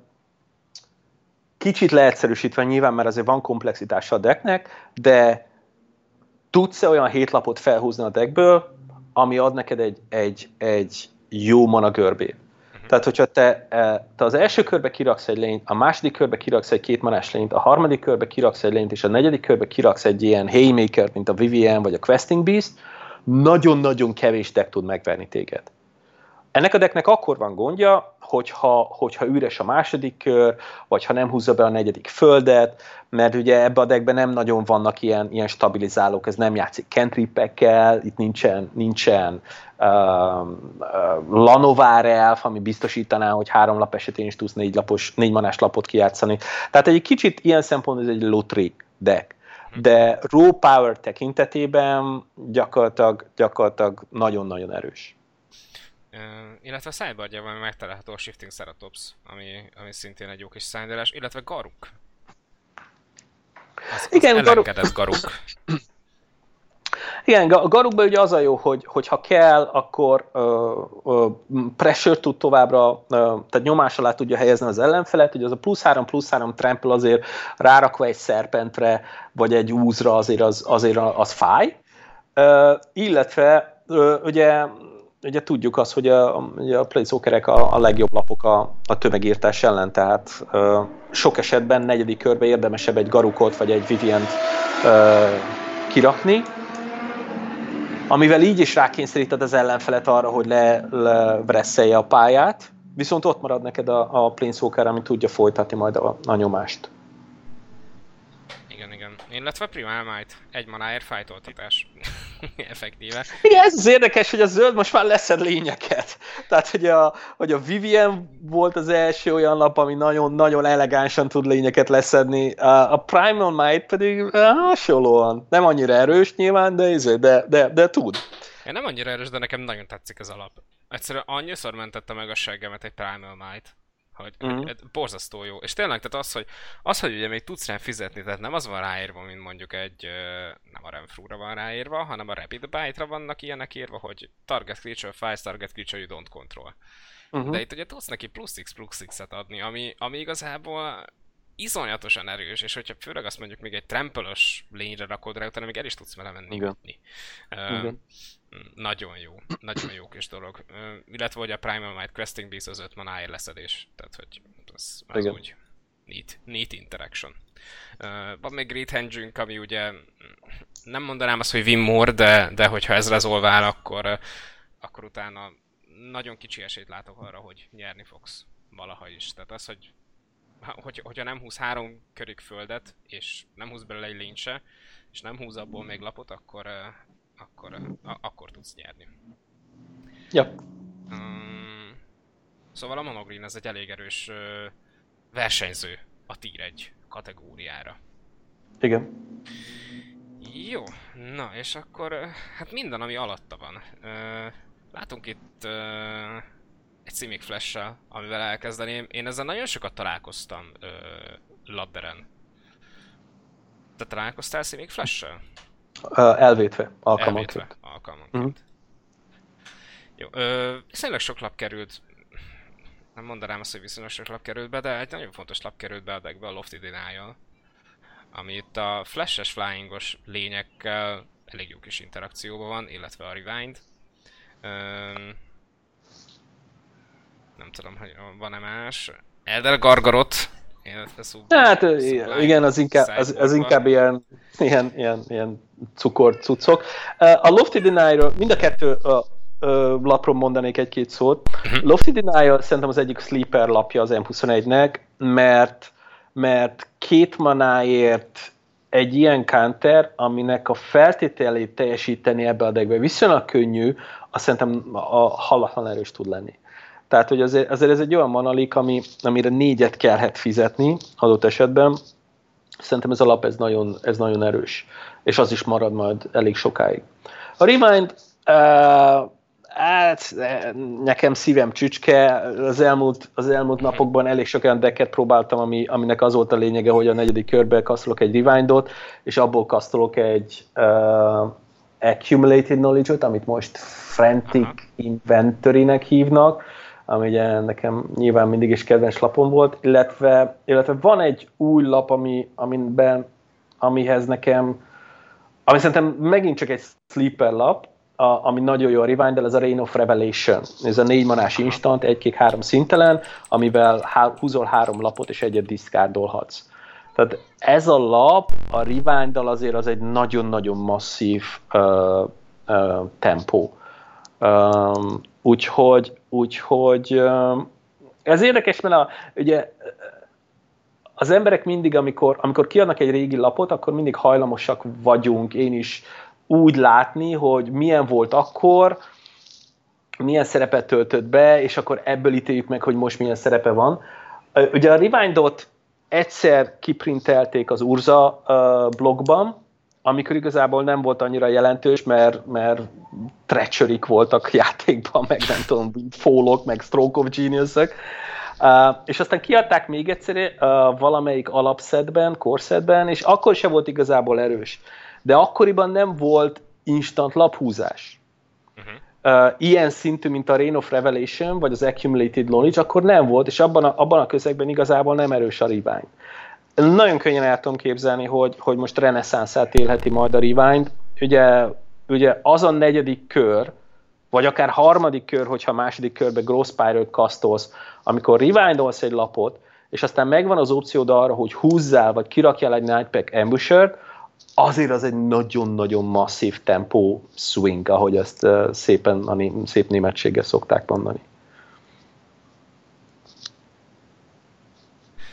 kicsit leegyszerűsítve nyilván, mert azért van komplexitása a decknek, de tudsz-e olyan hét lapot felhúzni a deckből, ami ad neked egy, egy, egy jó mana görbét. Uh-huh. Tehát, hogyha te, te az első körbe kiraksz egy lényt, a második körbe kiraksz egy két manás lényt, a harmadik körbe kiraksz egy lényt, és a negyedik körbe kiraksz egy ilyen Haymaker, mint a Vivien vagy a Questing Beast, nagyon-nagyon kevés deck tud megverni téged. Ennek a decknek akkor van gondja, hogyha, hogyha üres a második kör, vagy ha nem húzza be a negyedik földet, mert ugye ebbe a deckben nem nagyon vannak ilyen, ilyen stabilizálók, ez nem játszik cantrip-ekkel, itt nincsen, nincsen uh, uh, Lanovar elf, ami biztosítaná, hogy három lap esetén is tudsz négy, lapos, négy manás lapot kijátszani. Tehát egy kicsit ilyen szempontból ez egy lottery deck. De raw power tekintetében gyakorlatilag, gyakorlatilag nagyon-nagyon erős. Uh, illetve a sideboardjában megtalálható a Shifting Ceratops, ami, ami szintén egy jó kis szándérás, illetve Garuk. Az, Igen, az elengedett Garuk. Igen, a Garukban ugye az a jó, hogy, hogy ha kell, akkor uh, uh, pressure tud továbbra, uh, tehát nyomás alá tudja helyezni az ellenfelet, hogy az a plusz három, plusz három trample azért rárakva egy szerpentre, vagy egy úzra azért az, azért az fáj. Uh, illetve uh, ugye Ugye tudjuk azt, hogy a, a Planeswalkerek a, a legjobb lapok a, a tömegírtás ellen, tehát ö, sok esetben negyedik körbe érdemesebb egy Garukot vagy egy Vivient ö, kirakni, amivel így is rákényszeríted az ellenfelet arra, hogy le, le a pályát, viszont ott marad neked a, a Planeswalker, ami tudja folytatni majd a, a nyomást. Igen, igen. Illetve Primal Might, egy manáért fájtoltítás. Effektíve. Igen, ez az érdekes, hogy a zöld most már leszed lényeket. Tehát, hogy a, hogy a Vivien volt az első olyan lap, ami nagyon-nagyon elegánsan tud lényeket leszedni. A, a Primal Might pedig uh, hasonlóan. Nem annyira erős nyilván, de, de, de, de, de tud. Én nem annyira erős, de nekem nagyon tetszik ez a lap. Egyszerűen annyiszor mentette meg a seggemet egy Primal Might, hogy, mm. hogy borzasztó jó. És tényleg, tehát az, hogy, az, hogy ugye még tudsz rá fizetni, tehát nem az van ráírva, mint mondjuk egy, nem a Renfrew-ra van ráírva, hanem a Rapid Bite-ra vannak ilyenek írva, hogy Target Creature Files, Target Creature You Don't Control. Uh-huh. De itt ugye tudsz neki plusz X, plusz X-et adni, ami, ami igazából iszonyatosan erős, és hogyha főleg azt mondjuk még egy trampölös lényre rakod rá, utána még el is tudsz vele menni. Igen. Uh, Igen. Nagyon jó, nagyon jó kis dolog. Uh, illetve hogy a Primal Might Questing Beast az öt manáért leszedés, tehát hogy az, az úgy neat, neat interaction. Uh, van még Great Henge-ünk, ami ugye nem mondanám azt, hogy win more, de, de hogyha ez rezolvál, akkor, uh, akkor utána nagyon kicsi esélyt látok arra, hogy nyerni fogsz valaha is. Tehát az, hogy Hogy, hogyha nem húz három körig földet, és nem húz belőle egy lényt se, és nem húz abból még lapot, akkor, akkor, akkor tudsz nyerni. Ja. Um, szóval a Monogreen ez egy elég erős uh, versenyző a tier egy kategóriára. Igen. Jó, na és akkor hát minden, ami alatta van. Uh, látunk itt uh, egy Simic Flash-sel, amivel elkezdeném. Én ezzel nagyon sokat találkoztam uh, ladderen. Te találkoztál Simic Flash-sel? Uh, elvétve, alkalmanként. Elvétve, alkalmanként. Mm-hmm. Jó, uh, viszonylag sok lap került, nem mondanám azt, hogy viszonylag sok lap került be, de egy nagyon fontos lap került be a deckbe, a Lofty Denial, ami itt a flashes, flyingos lényekkel elég jó kis interakcióban van, illetve a Rewind. Um, nem tudom, hogy van-e más. Elder Gargarot, illetve szub... Hát igen, az inkább, az, az inkább ilyen, ilyen, ilyen, ilyen cukor cuccok. A Lofty Denial, mind a kettő a, a lapról mondanék egy-két szót. Uh-huh. Lofty Denial szerintem az egyik sleeper lapja az em huszonegynek, mert, mert két manáért egy ilyen counter, aminek a feltételét teljesíteni ebbe a deckbe viszonylag könnyű, azt szerintem a hallatlan erős tud lenni. Tehát, hogy azért, azért ez egy olyan manalik, ami, amire négyet kellhet fizetni adott esetben. Szerintem ez a lap ez nagyon, ez nagyon erős, és az is marad majd elég sokáig. A Rewind, uh, hát nekem szívem csücske, az elmúlt, az elmúlt napokban elég sok olyan decket próbáltam, ami, aminek az volt a lényege, hogy a negyedik körbe kasztolok egy Rewindot, és abból kasztolok egy uh, Accumulated Knowledge-ot, amit most Frantic Inventory-nek hívnak, ami ugye nekem nyilván mindig is kedvenc lapom volt, illetve, illetve van egy új lap, ami, amiben, amihez nekem, ami szerintem megint csak egy sleeper lap, a, ami nagyon jó a Rewind-del, ez a Reign of Revelation. Ez a négy manás instant, egy kék három szintelen, amivel há, húzol három lapot és egyet diszkárdolhatsz. Tehát ez a lap a Rewind-dal azért az egy nagyon-nagyon masszív uh, uh, tempó. Um, úgyhogy, úgyhogy um, ez érdekes, mert a, ugye az emberek mindig, amikor, amikor kiadnak egy régi lapot, akkor mindig hajlamosak vagyunk, én is úgy látni, hogy milyen volt akkor, milyen szerepet töltött be, és akkor ebből ítéljük meg, hogy most milyen szerepe van. Ugye a Rewindot egyszer kiprintelték az Urza uh, blogban, amikor igazából nem volt annyira jelentős, mert, mert treacherik voltak játékban, meg nem tudom, fólok, meg Stroke of Genius-ök. Uh, és aztán kiadták még egyszer uh, valamelyik alapszedben, korszedben, és akkor se volt igazából erős. De akkoriban nem volt instant laphúzás. Uh-huh. Uh, ilyen szintű, mint a Reign of Revelation, vagy az Accumulated Knowledge, akkor nem volt, és abban a, abban a közegben igazából nem erős a Rewind. Nagyon könnyen el tudom képzelni, hogy, hogy most reneszánszát élheti majd a Rewind. Ugye, ugye az a negyedik kör, vagy akár harmadik kör, hogyha második körbe Gross Spiral-t kasztolsz, amikor rewindolsz egy lapot, és aztán megvan az opciód arra, hogy húzzál, vagy kirakjál egy Nightpack Ambusher-t, azért az egy nagyon-nagyon masszív tempó swing, ahogy ezt uh, szépen, a né- szép németséggel szokták mondani. Jó, hát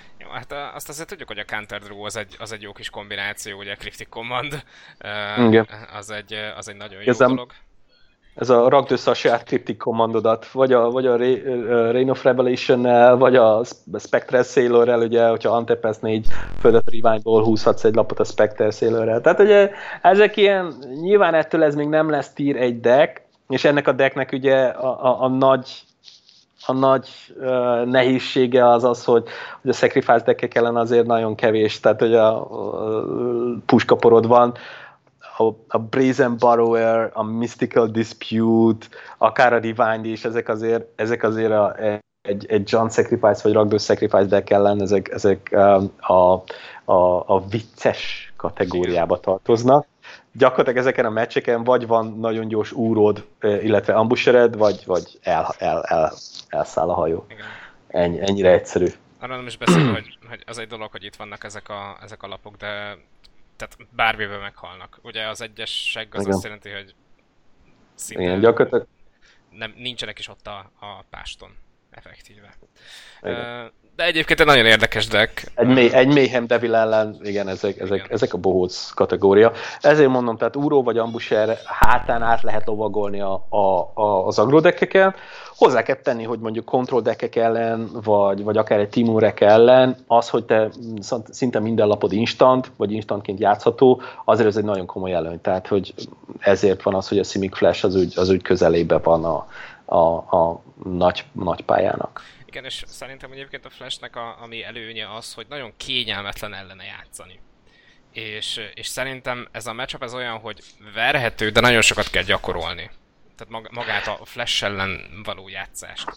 Hát azt azért tudjuk, hogy a Counter Draw az egy, az egy jó kis kombináció, ugye a Cryptic Command, Igen. az egy, az egy nagyon jó Ez dolog. Ez a rakd össze a saját Cryptic Commandodat, vagy a, vagy a Reign of Revelation-nel, vagy a Spectral Sailor-rel, ugye, hogyha Antepesz négy földet Rewind-ból húzhatsz egy lapot a Spectral Sailor-rel. Tehát ugye ezek ilyen, nyilván ettől ez még nem lesz tier egy deck, és ennek a decknek ugye a, a, a nagy a nagy uh, nehézsége az az, hogy, hogy a Sacrifice deckek ellen azért nagyon kevés, tehát hogy a, a puskaporod van, a, a Brazen Borrower, a Mystical Dispute, akár a Rewind is, ezek azért, ezek azért a, egy, egy John Sacrifice vagy Rakdos Sacrifice deck ellen, ezek, ezek um, a, a, a vicces kategóriába tartoznak. Gyakorlatilag ezeken a meccseken vagy van nagyon gyors úrod, illetve ambushered, vagy, vagy el, el, el, elszáll a hajó. Ennyi, ennyire egyszerű. Arra nem is beszélve, hogy, hogy az egy dolog, hogy itt vannak ezek a, ezek a lapok, de tehát bármiben meghalnak. Ugye az egyes segg az igen. Azt jelenti, hogy szinte igen, gyakorlatilag nem, nincsenek is ott a, a páston, effektíve. Igen. De egyébként egy nagyon érdekes deck. Egy, mély, egy Mayhem Devil ellen, igen, ezek, ezek, igen. ezek a bohóc kategória. Ezért mondom, tehát Uro vagy Ambusher hátán át lehet lovagolni a, a, a, az agrodeckeken. Hozzá kell tenni, hogy mondjuk control deckek ellen, vagy, vagy akár egy Timurek ellen, az, hogy te szinte minden lapod instant, vagy instantként játszható, azért ez egy nagyon komoly előny. Tehát, hogy ezért van az, hogy a Simic Flash az úgy, az úgy közelébe van a, a, a nagy, nagy pályának. Igen, és szerintem egyébként a Flashnek a, ami előnye az, hogy nagyon kényelmetlen ellene játszani. És, és szerintem ez a matchup ez olyan, hogy verhető, de nagyon sokat kell gyakorolni. Tehát magát a Flash ellen való játszást.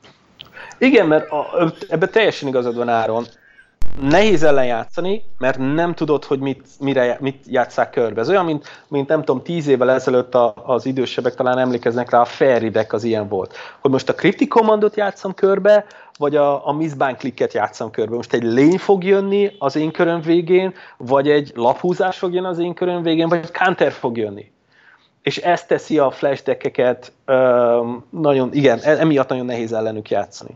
Igen, mert a, ebben teljesen igazad van, Áron. Nehéz ellen játszani, mert nem tudod, hogy mit, mire, mit játsszák körbe. Ez olyan, mint, mint nem tudom, tíz évvel ezelőtt a, az idősebbek talán emlékeznek rá, a Fairy deck az ilyen volt. Hogy most a Cryptic Commandot játszom körbe, vagy a, a Mistbind Clicket játszom körbe. Most egy lény fog jönni az én köröm végén, vagy egy laphúzás fog jönni az én köröm végén, vagy egy counter fog jönni. És ez teszi a flash deckeket um, nagyon, igen, emiatt nagyon nehéz ellenük játszani.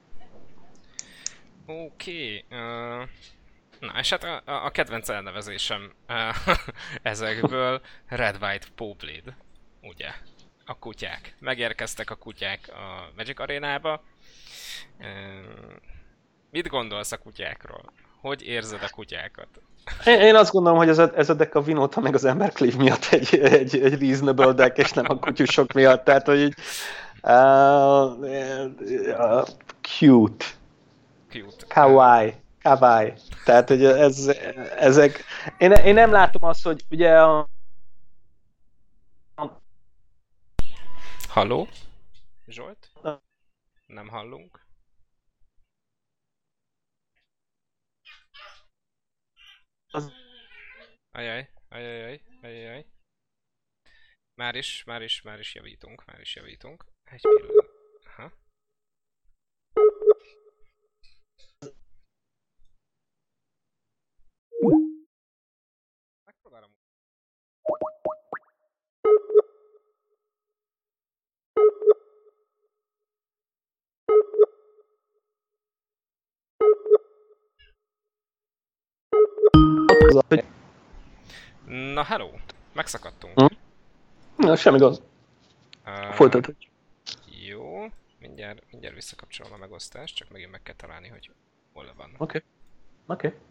Oké, okay. uh, na és hát a, a kedvenc elnevezésem uh, ezekből Red White Pawblade, ugye, a kutyák. Megérkeztek a kutyák a Magic Arénába. Uh, mit gondolsz a kutyákról? Hogy érzed a kutyákat? Én, én azt gondolom, hogy ez a, ez a deck a Vinota meg az Embercleave miatt egy, egy, egy reasonable deck, és nem a kutyusok miatt, tehát hogy így uh, uh, cute. Cute. Kawaii. Kawaii. Tehát, hogy ez, ezek... Én, én nem látom azt, hogy ugye a... Halló? Zsolt? Nem hallunk. Az... Ajaj, ajajaj, ajajaj. Már is, már is, már is javítunk, már is javítunk. Egy pillanat. Aha. Megpróbálom. Na hello! Megszakadtunk. Hm? Na, semmi gond. Uh, Folytatod. Jó, mindjárt, mindjárt visszakapcsolom a megosztást, csak megint meg kell találni, hogy hol van. Oké. Okay. Oké. Okay.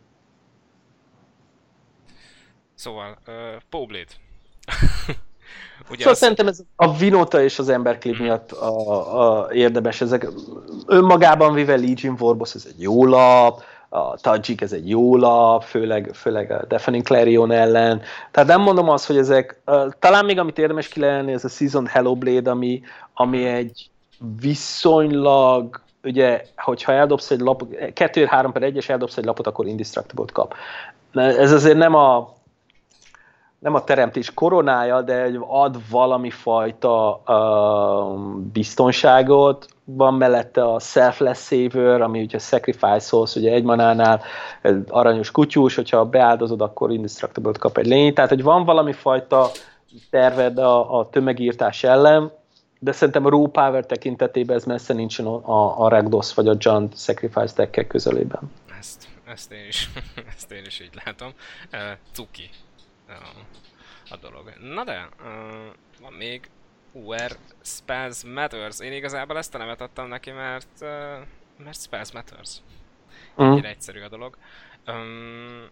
Szóval, uh, Pawblade. Ugye szóval az... szerintem ez a Vinota és az Embercleave hmm. miatt a, a érdemes. Ezek önmagában véve Legion Warboss, ez egy jó lap, a Tajik ez egy jó lap, főleg, főleg a Deafening Clarion ellen. Tehát nem mondom azt, hogy ezek, uh, talán még amit érdemes kilelni, ez a Seasoned Hellblade, ami, ami egy viszonylag, ugye, hogyha eldobsz egy lapot, kettő három per egyes eldobsz egy lapot, akkor Indestructible-t kap. Ez azért nem a nem a teremtés koronája, de ad valami fajta uh, biztonságot. Van mellette a Selfless Saver, ami ugye Sacrifice-hoz, ugye egy manánál aranyos kutyus, hogyha beáldozod, akkor Indestructible-t kap egy lény. Tehát, hogy van valami fajta terved a, a tömegírtás ellen, de szerintem a Raw Power tekintetében ez messze nincsen a, a Rakdos vagy a Jund Sacrifice deckek közelében. Ezt, ezt én is, ezt én is így látom. Uh, cuki a, a dolog. Na de, uh, van még u er Spells Matters. Én igazából ezt a nevet adtam neki, mert, uh, mert Spells Matters. Ennyire mm. egyszerű a dolog. Um,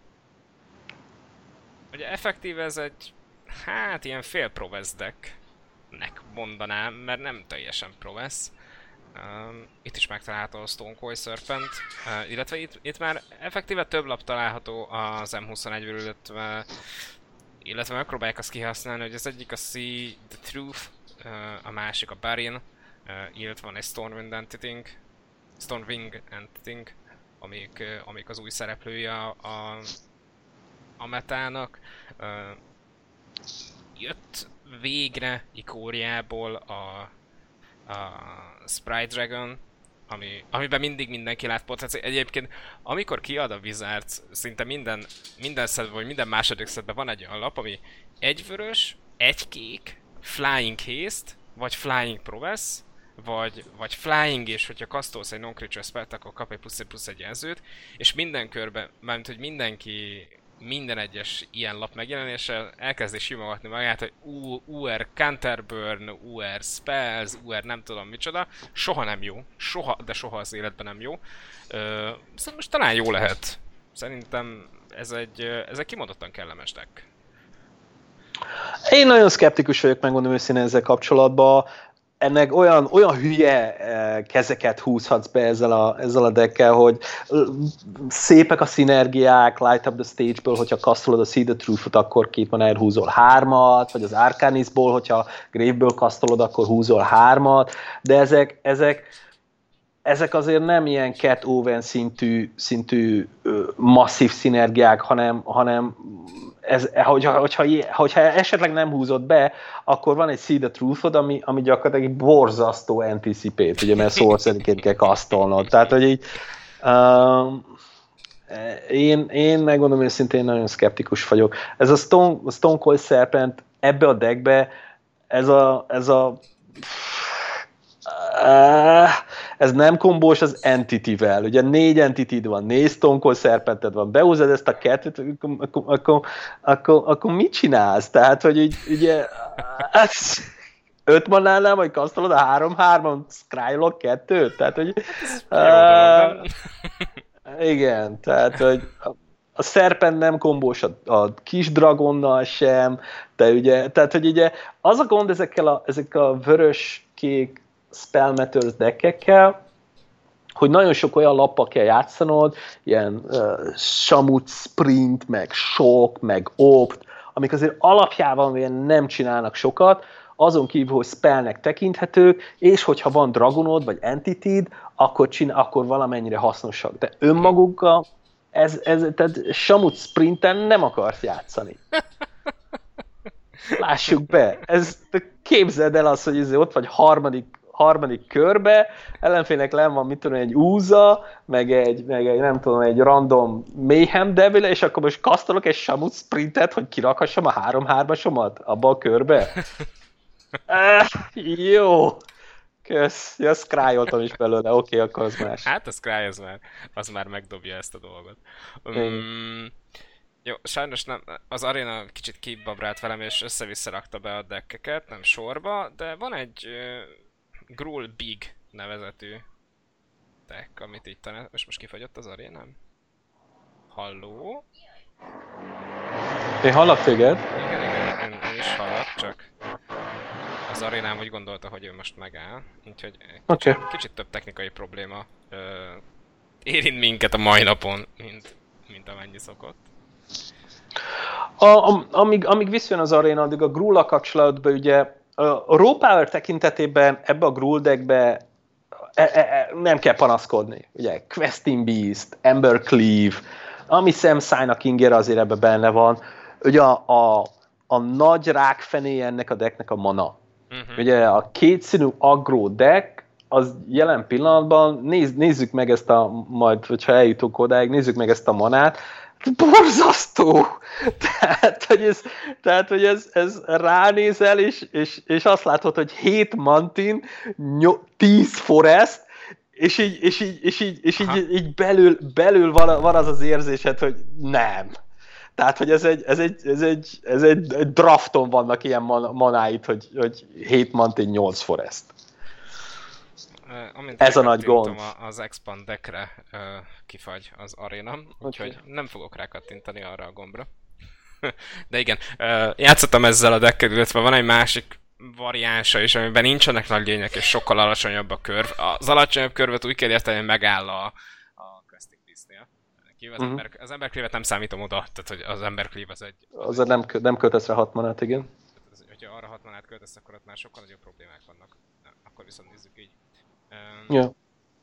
ugye effektíve ez egy, hát ilyen fél Prowess decknek mondanám, mert nem teljesen Prowess. Um, itt is megtalálható a Stonecoil Serpent, uh, illetve itt, itt már effektíve több lap található az em huszonegyből, illetve, illetve megpróbálják azt kihasználni, hogy az egyik a See the Truth, uh, a másik a Barin, uh, illetve van egy Stormwind Entity, Stormwing Entity, amik, uh, amik az új szereplője a, a, a metának. Uh, jött végre Ikóriából a a Sprite Dragon, ami, amiben mindig mindenki lát potenciált. Egyébként, amikor kiad a Wizards, szinte minden, minden szedben, vagy minden második szedben van egy olyan lap, ami egy vörös, egy kék, Flying Haste, vagy Flying Prowess, vagy, vagy Flying, és hogyha kasztolsz egy non-creature spellt, akkor kap egy plusz egy plusz egy jelzőt, és minden körben, mármint, hogy mindenki minden egyes ilyen lap megjelenéssel elkezdi simogatni magát, hogy u er Counterburn, u er Spells, u er nem tudom micsoda. Soha nem jó. Soha, de soha az életben nem jó. Uh, szóval most talán jó lehet. Szerintem ez egy, ez egy kimondottan kellemes deck. Én nagyon szkeptikus vagyok, megmondom őszintén ezzel kapcsolatban. Ennek olyan, olyan hülye kezeket húzhatsz be ezzel a, ezzel a deckkel, hogy szépek a szinergiák, Light Up the Stage-ből, hogyha kasztolod a See the Truth-ot, akkor két manáért húzol hármat, vagy az Arcanisból, hogyha Grave-ből kasztolod, akkor húzol hármat, de ezek, ezek, ezek azért nem ilyen Cat Owen szintű, szintű masszív szinergiák, hanem, hanem ez, hogyha, hogyha, hogyha esetleg nem húzod be, akkor van egy See the Truth-od, ami, ami gyakorlatilag egy borzasztó anticipate, ugye, mert szó szerint kell kasztolnod. Tehát, hogy így uh, én, én megmondom őszintén, nagyon szkeptikus vagyok. Ez a Stone, a Stonecoil Serpent ebbe a deckbe, ez a, ez a Uh, ez nem kombós az Entity-vel. Ugye négy Entity-d van, négy Stonecoil Serpented van, behúzod ezt a kettőt, akkor, akkor, akkor, akkor, akkor mit csinálsz? Tehát, hogy így, ugye öt manánál, vagy kasztolod a három-hárman, scryolok kettőt? Tehát, hogy uh, igen, tehát, hogy a Serpent nem kombós a, a kis dragonnal sem, de ugye, tehát, hogy ugye az a gond ezekkel a, ezek a vörös-kék Spell Matters deckekkel, hogy nagyon sok olyan lappal kell játszanod, ilyen uh, Shamut Sprint, meg Shock, meg Opt, amik azért alapjában nem csinálnak sokat, azon kívül, hogy spellnek tekinthetők, és hogyha van dragonod, vagy entityd, akkor, csinál, akkor valamennyire hasznosak. De önmagukkal ez, ez, tehát Shamut Sprinten nem akarsz játszani. Lássuk be, ez, képzeld el azt, hogy ott vagy harmadik harmadik körbe, ellenfélnek len van, mit tudom, egy úza, meg egy, meg egy, nem tudom, egy random Mayhem Devil, és akkor most kasztolok egy Shamut Sprintet, hogy kirakhassam a három-hármasomat abba a körbe. eh, jó. Kösz. Ja, scryoltam is belőle. Oké, okay, akkor az más. Hát a scry az már, az már megdobja ezt a dolgot. Um, jó, sajnos nem, az Arena kicsit kibabrált velem, és össze-vissza rakta be a deckeket, nem sorba, de van egy Gruul Big nevezetű deck, amit itt tanít. És most kifagyott az arénám? Halló? Én hallak téged? Igen, igen, én, én is hallak, csak az arénám úgy gondolta, hogy ő most megáll. Úgyhogy kicsit, okay. kicsit több technikai probléma ö, érint minket a mai napon, mint, mint amennyi szokott. A, a, amíg, amíg visszajön az aréna, addig a Gruul-a kapcsolatban ugye a Raw Power tekintetében ebbe a Gruul deckbe e, e, e, nem kell panaszkodni. Ugye Questing Beast, Embercleave, ami Sam Sign-nak ingére azért ebbe benne van. Ugye a, a, a nagy rákfené ennek a decknek a mana. Uh-huh. Ugye a kétszínű aggro deck, az jelen pillanatban, néz, nézzük meg ezt a, majd, hogyha eljutunk odáig, nézzük meg ezt a manát, borzasztó! Tehát, hogy ez, tehát, hogy ez, ez ránézel, és, és, és azt látod, hogy hét mantin, tíz forest, és így, és így, és így, és így, így belül, belül van, van az az érzésed, hogy nem. Tehát, hogy ez egy, ez egy, ez egy, ez egy, egy drafton vannak ilyen man, manáit, hogy, hogy hét Mountain, nyolc Forest. Amint ez a nagy gond. Az expand deckre uh, kifagy az aréna, úgyhogy okay. Nem fogok rákattintani arra a gombra. De igen, uh, játszottam ezzel a deckkel, illetve van egy másik variánsa is, amiben nincsenek nagy lények, és sokkal alacsonyabb a körv. Az alacsonyabb körvet úgy kell érteni, hogy megáll a, a Questing Beast-nél. Az, uh-huh. ember, az emberklévet nem számítom oda, tehát hogy az emberklév az egy... Az Azért nem, nem költesz rá hat manát, igen. Az, hogyha arra hat manát költesz, akkor ott már sokkal nagyobb problémák vannak. Na, akkor viszont nézzük így. Um, ja.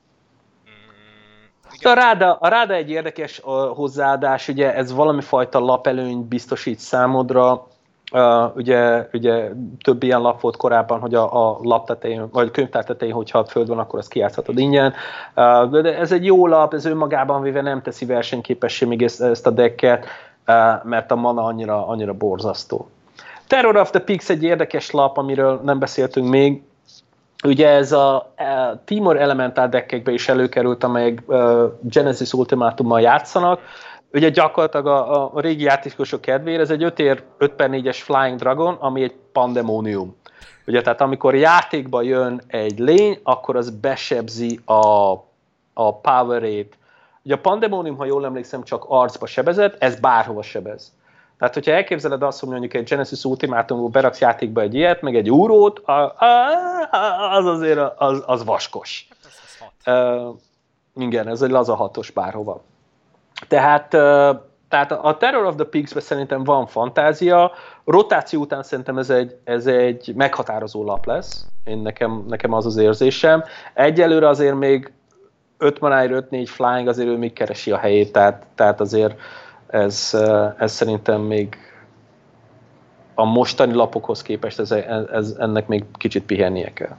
A Ráda, a Ráda egy érdekes hozzáadás, ugye ez valami fajta lapelőnyt biztosít számodra. Uh, ugye, ugye több ilyen lap volt korábban, hogy a, a lap tetején, vagy a könyvtár tetején, hogyha föld van, akkor azt kijátszhatod ingyen. Uh, de ez egy jó lap, ez önmagában véve nem teszi versenyképessé még ezt, ezt a decket, uh, mert a mana annyira, annyira borzasztó. Terror of the Peaks egy érdekes lap, amiről nem beszéltünk még. Ugye ez a, a Temur Elemental deckekbe is előkerült, amelyek uh, Genesis Ultimátummal játszanak. Ugye gyakorlatilag a, a régi játékosok kedvére ez egy öt ér öt per négyes Flying Dragon, ami egy pandemónium. Ugye tehát amikor játékba jön egy lény, akkor az besebzi a, a power-ét. Ugye a pandemónium, ha jól emlékszem, csak arcba sebezett, ez bárhova sebez. Tehát, hogyha elképzeled azt, hogy mondjuk egy Genesis Ultimátumból beraksz játékba egy ilyet, meg egy úrót, az azért az, az vaskos. Uh, igen, ez egy laza hatos bárhova. Tehát, tehát a Terror of the Peaks-ben szerintem van fantázia, rotáció után szerintem ez egy, ez egy meghatározó lap lesz, én nekem, nekem az az érzésem. Egyelőre azért még öt manáért öt négy flying, azért ő még keresi a helyét, tehát, tehát azért ez, ez szerintem még a mostani lapokhoz képest ez, ez, ennek még kicsit pihennie kell.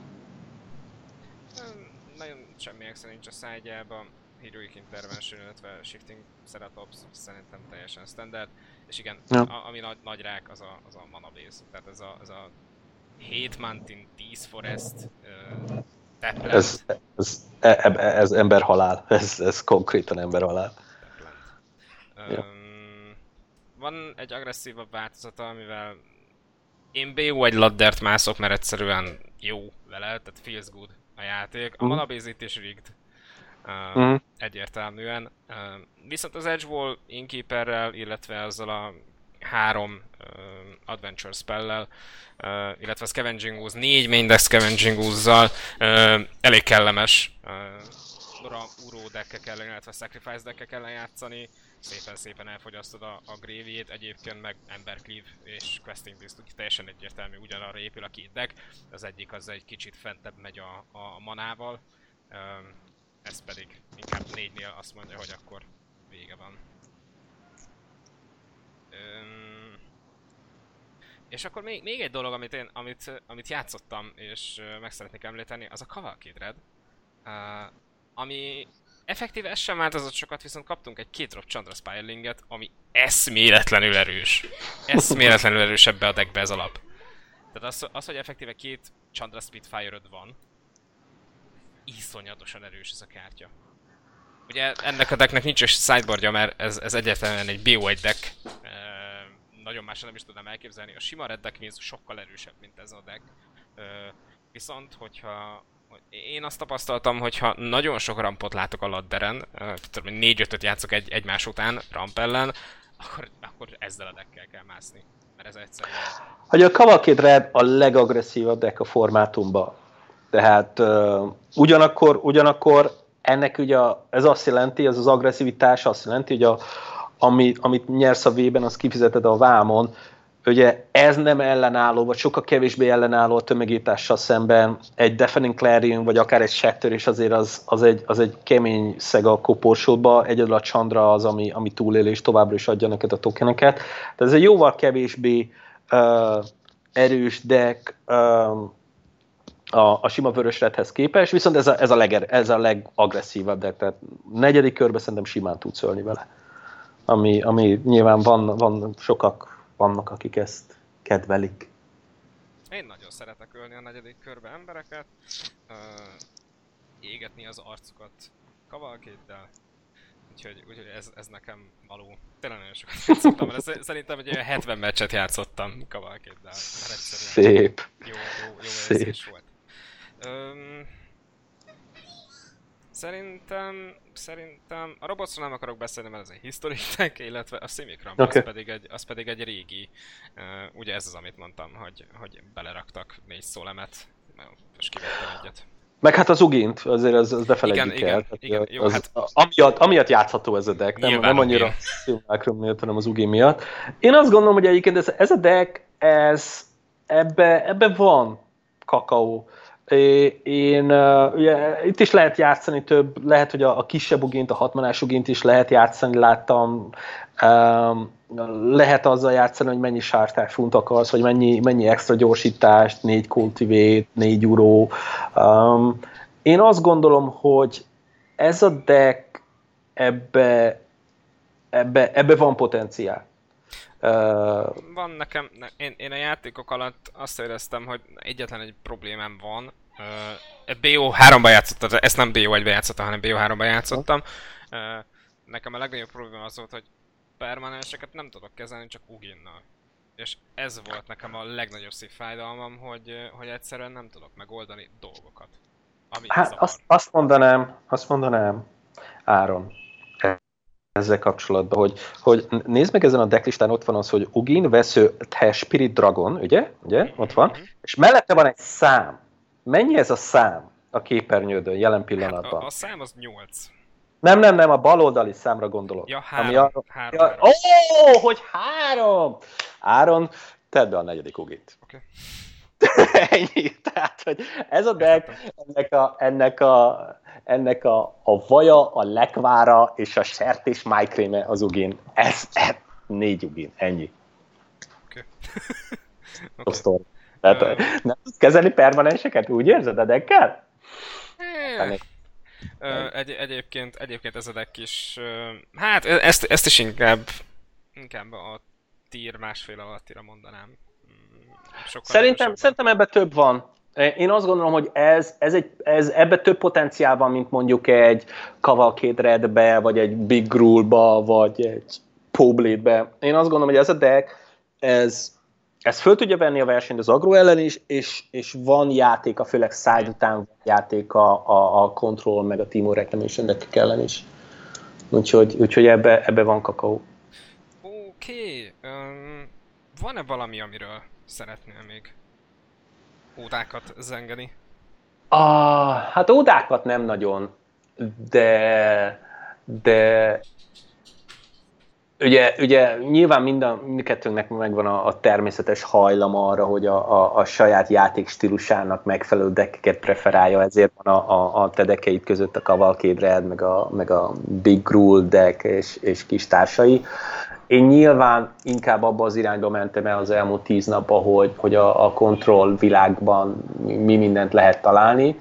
Nagyon semmi extra nincs a szájgyában. Heroic Intervention, illetve Shifting Ceratops szerintem teljesen standard, és igen, ja. a, ami nagy, nagy rák, az a, az a mana base, tehát ez a, ez a hét Mountain, tíz Forest, uh, Tapland. Ez, ez, ez, ez emberhalál, ez, ez konkrétan emberhalál. Um, ja. Van egy agresszívabb változata, amivel én bé o egy laddert mászok, mert egyszerűen jó vele, tehát feels good a játék. A mm. mana base itt is rigged. Uh, mm. Egyértelműen. Uh, viszont az Edge Wall Innkeeperrel, illetve azzal a három uh, Adventure Spell-lel, uh, illetve a Scavenging Ooze, négy main deck Scavenging Ooze-zal uh, elég kellemes uh, Dora Uro deckek ellen, illetve Sacrifice deckek ellen játszani. Szépen-szépen elfogyasztod a, a Gravy-ét, egyébként meg Embercleave és Questing Beast teljesen egyértelmű, ugyanarra épül a két deck. Az egyik az egy kicsit fentebb megy a, a manával. Um, Ez pedig inkább négynél azt mondja, hogy akkor vége van. Üm... És akkor még, még egy dolog, amit én amit, amit játszottam és uh, meg szeretnék említeni, az a Cavalcade Red. Uh, ami effektíve ez sem változott sokat, viszont kaptunk egy két drop Chandra Spiralinget, ami eszméletlenül erős. Eszméletlenül erős ebbe a deckbe ez a lap. Tehát az, az hogy effektíve két Chandra Spitfire-öd van, iszonyatosan erős ez a kártya. Ugye ennek a decknek nincs is sideboardja, mert ez, ez egyértelműen egy bé o egy deck. E, nagyon másra nem is tudnám elképzelni. A sima red deck néz sokkal erősebb, mint ez a deck. E, viszont, hogyha... Én azt tapasztaltam, hogyha nagyon sok rampot látok a ladderen, e, tudom, négy-ötöt játszok egy, egymás után ramp ellen, akkor, akkor ezzel a deckkel kell mászni. Mert ez egyszerűen... Hogy a Cavalcade Red a legagresszívabb deck a formátumban. Tehát uh, ugyanakkor, ugyanakkor ennek ugye a, ez azt jelenti, ez az agresszivitás azt jelenti, hogy a, ami, amit nyersz a V-ben, azt kifizeted a vámon. Ugye ez nem ellenálló, vagy sokkal kevésbé ellenálló a tömegítással szemben. Egy Deafening Clarion, vagy akár egy Shatter, és azért az, az, egy, az egy kemény szeg a koporsódba. Egyedül a Chandra az, ami, ami túlél, és továbbra is adja neked a tokeneket. Tehát ez egy jóval kevésbé uh, erős deck, uh, A, a sima vörös redhez képest, viszont ez a, ez a, leger, ez a legagresszívabb deck, tehát negyedik körben szerintem simán tudsz ölni vele. Ami, ami nyilván van, van, sokak vannak, akik ezt kedvelik. Én nagyon szeretek ölni a negyedik körbe embereket. Uh, égetni az arcukat Cavalcade-del. Úgyhogy, úgyhogy ez, ez nekem való. Tényleg nagyon sokat játszottam, mert szerintem egy olyan hetven meccset játszottam Cavalcade-del. Szép. Jó, jó, jó Szép. érzés volt. Öm, szerintem, szerintem a Robotsról nem akarok beszélni, mert ez egy historic tech, illetve a Simicram, okay. az, pedig egy, az pedig egy régi, uh, ugye ez az, amit mondtam, hogy, hogy beleraktak négy szólemet, most kivettem egyet. Meg hát az Ugint, azért az, az befelejtjük igen, el. Igen, igen, jó, az, hát... amiatt, amiatt játszható ez a deck, nem, nem annyira a Simulacrum miatt, hanem az Ugin miatt. Én azt gondolom, hogy egyébként ez, ez a deck, ez, ebbe, ebbe van kakaó. Én, ugye, itt is lehet játszani több, lehet, hogy a, a kisebb Ugint, a hatmanás Ugint is lehet játszani, láttam. Um, lehet azzal játszani, hogy mennyi sártásfunt akarsz, vagy mennyi, mennyi extra gyorsítást, négy kultivét, négy uró. Um, én azt gondolom, hogy ez a deck ebbe, ebbe, ebbe van potenciál. Uh, van nekem, ne, én, én a játékok alatt azt éreztem, hogy egyetlen egy problémám van. Uh, bé o háromban játszottam, ezt nem bé o egyben játszottam, hanem bé o háromban játszottam. Uh, nekem a legnagyobb probléma az volt, hogy permanenseket nem tudok kezelni, csak Uginnal. És ez volt nekem a legnagyobb szívfájdalmam, hogy, hogy egyszerűen nem tudok megoldani dolgokat. Ami hát azt, azt mondanám, azt mondanám, Áron, ezzel kapcsolatban, hogy, hogy nézd meg ezen a decklistán, ott van az, hogy Ugin, Vesző, te Spirit Dragon, ugye? ugye? Ott van. Mm-hmm. És mellette van egy szám. Mennyi ez a szám a képernyődön jelen pillanatban? Hát a, a szám az nyolc. Nem, nem, nem, a baloldali számra gondolok. Ja, három. Ami arra, három, ja, három. Ó, hogy három! Áron, tedd be a negyedik Ugit. Oké. Okay. Ennyi. Tehát, hogy ez a deck, ennek a, ennek a, ennek a, a vaja, a lekvára és a sertés májkréme az Ugin. Ez, ez négy Ugin. Ennyi. Oké. Okay. Okay. Tehát uh, nem tudsz kezelni permanenseket? Úgy érzed a deckkel? Eh. Uh, egy, egyébként, egyébként ez a deck is, uh, hát ezt, ezt is inkább, inkább a tier másfél alattira mondanám. Sokkal szerintem, szerintem ebben több van. Én azt gondolom, hogy ez, ez egy, ez, ebben több potenciál van, mint mondjuk egy Cavalcade Redbe, vagy egy Big Grul-ba, vagy egy Powblade-be. Én azt gondolom, hogy ez a deck, ez, ez föl tudja venni a versenyt az agro ellen is, és, és van játéka, főleg side után van játéka a, a Control, meg a Teemo Reclamation deckek ellen is. Úgyhogy, úgyhogy ebbe, ebbe van kakaó. Oké, okay. um, van-e valami, amiről szeretnél még ódákat zengeni? Ah, hát ódákat nem nagyon, de, de ugye, ugye nyilván minden, mindkettőnknek megvan a, a természetes hajlama arra, hogy a, a, a saját játék stílusának megfelelő deckeket preferálja, ezért van a, a, a te deckeid között a Cavalcade Red, meg a, meg a Big Grul deck és, és kis társai. Én nyilván inkább abba az irányba mentem el az elmúlt tíz napban, hogy, hogy a, a Control világban mi mindent lehet találni.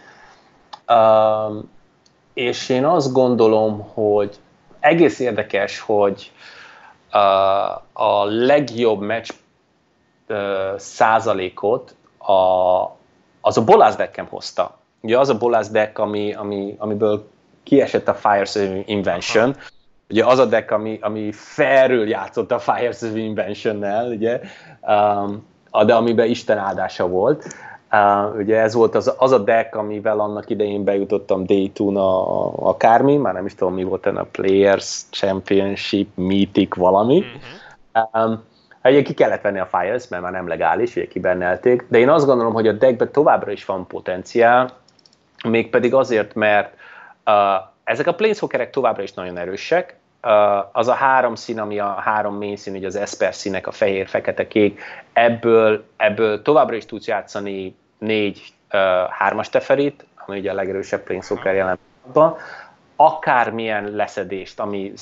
Um, és én azt gondolom, hogy egész érdekes, hogy uh, a legjobb meccs uh, százalékot a, az a Bolas deckem hozta. Ugye az a Bolas deck, ami, ami, amiből kiesett a Fire Saving Invention. Aha. Ugye az a deck, ami, ami felről játszott a Fire Saving Invention-nel, ugye, um, de amiben Isten áldása volt. Uh, ugye ez volt az, az a deck, amivel annak idején bejutottam Daytona akármi, már nem is tudom mi volt ennek a Players Championship, Mythic valami. Mm-hmm. Um, ugye ki kellett venni a Fires, mert már nem legális, ugye kibennelték, de én azt gondolom, hogy a deckben továbbra is van potenciál, mégpedig azért, mert uh, ezek a Planeswalkerek továbbra is nagyon erősek. Uh, az a három szín, ami a három main szín, ugye az Esper színek, a fehér, fekete, kék, ebből, ebből továbbra is tudsz játszani négy uh, hármas teferit, ami ugye a legerősebb Planeswalker jelen pillanatban. Akármilyen leszedést, ami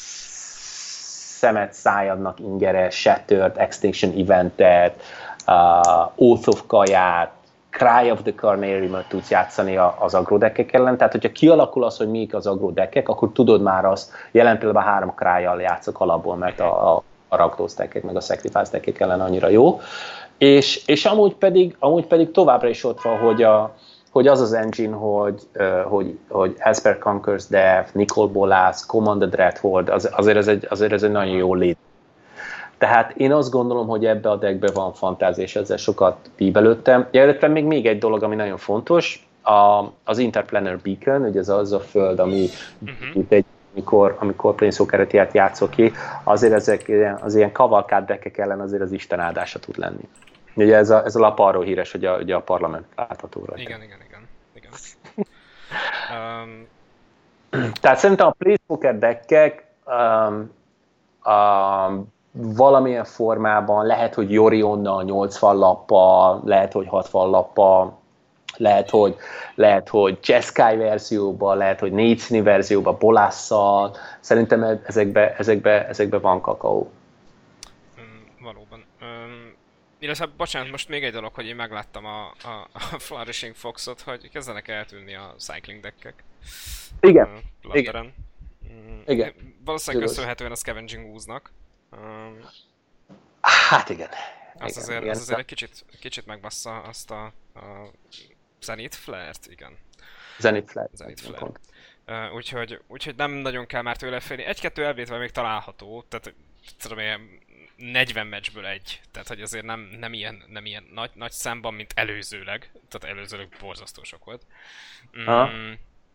szemet szájadnak ingere, Shattered, Extinction Eventet, uh, Oath of Kaját, Cry of the Carnarium-ot tudsz játszani az agrodeckek ellen, tehát hogyha kialakul az, hogy mik az agrodeckek, akkor tudod már azt, jelen pillanatban három Cry-jal játszok alapból, mert a, a, a Rakdos deckek meg a Sacrifice deckek ellen annyira jó. És, és amúgy, pedig, amúgy pedig továbbra is ott van, hogy a, hogy az az engine, hogy, uh, hogy, hogy Esper Conquers Death, Nicol Bolas, Command Dreadhorde, az, azért, ez egy, azért ez egy nagyon jó lét. Tehát én azt gondolom, hogy ebbe a deckbe van fantázia, és ezzel sokat bíbelődtem. Illetve még, még egy dolog, ami nagyon fontos, a, az Interplanar Beacon, ugye ez az a föld, ami uh-huh. egy, amikor, amikor Planeswalker-et játszok ki, azért ezek az ilyen kavalkád deckek ellen azért az Isten áldása tud lenni. Ugye ez a, ez a lap arról híres, hogy a, ugye a parlament látható rajta. Igen, igen, igen. igen. um... Tehát szerintem a Planeswalker deckek um, um, valamilyen formában, lehet, hogy Yorionnal nyolcvan lappal, lehet, hogy hatvan lappal, lehet, hogy, lehet, hogy Jeskai verzióban, lehet, hogy négy színi verzióban, Bolásszal. Szerintem ezekbe, ezekbe, ezekbe van kakaó. Mm, valóban. Um, illetve, bocsánat, most még egy dolog, hogy én megláttam a, a, a Flourishing Foxot, hogy kezdenek eltűnni a cycling deckek. Igen. Uh, Igen. Mm, Igen. Valószínűleg köszönhetően a Scavenging Ooze-nak. Um, hát igen. Az igen, azért, igen. az azért egy kicsit, kicsit megbassza azt a, a Zenith Flare-t, igen. Zenith Flare. Zenith Flare. Uh, úgyhogy, úgyhogy nem nagyon kell már tőle félni. Egy-kettő elvétve még található, tehát tudom én, negyven meccsből egy, tehát hogy azért nem, nem ilyen, nem ilyen nagy, nagy számban, mint előzőleg, tehát előzőleg borzasztó sok volt. Mm,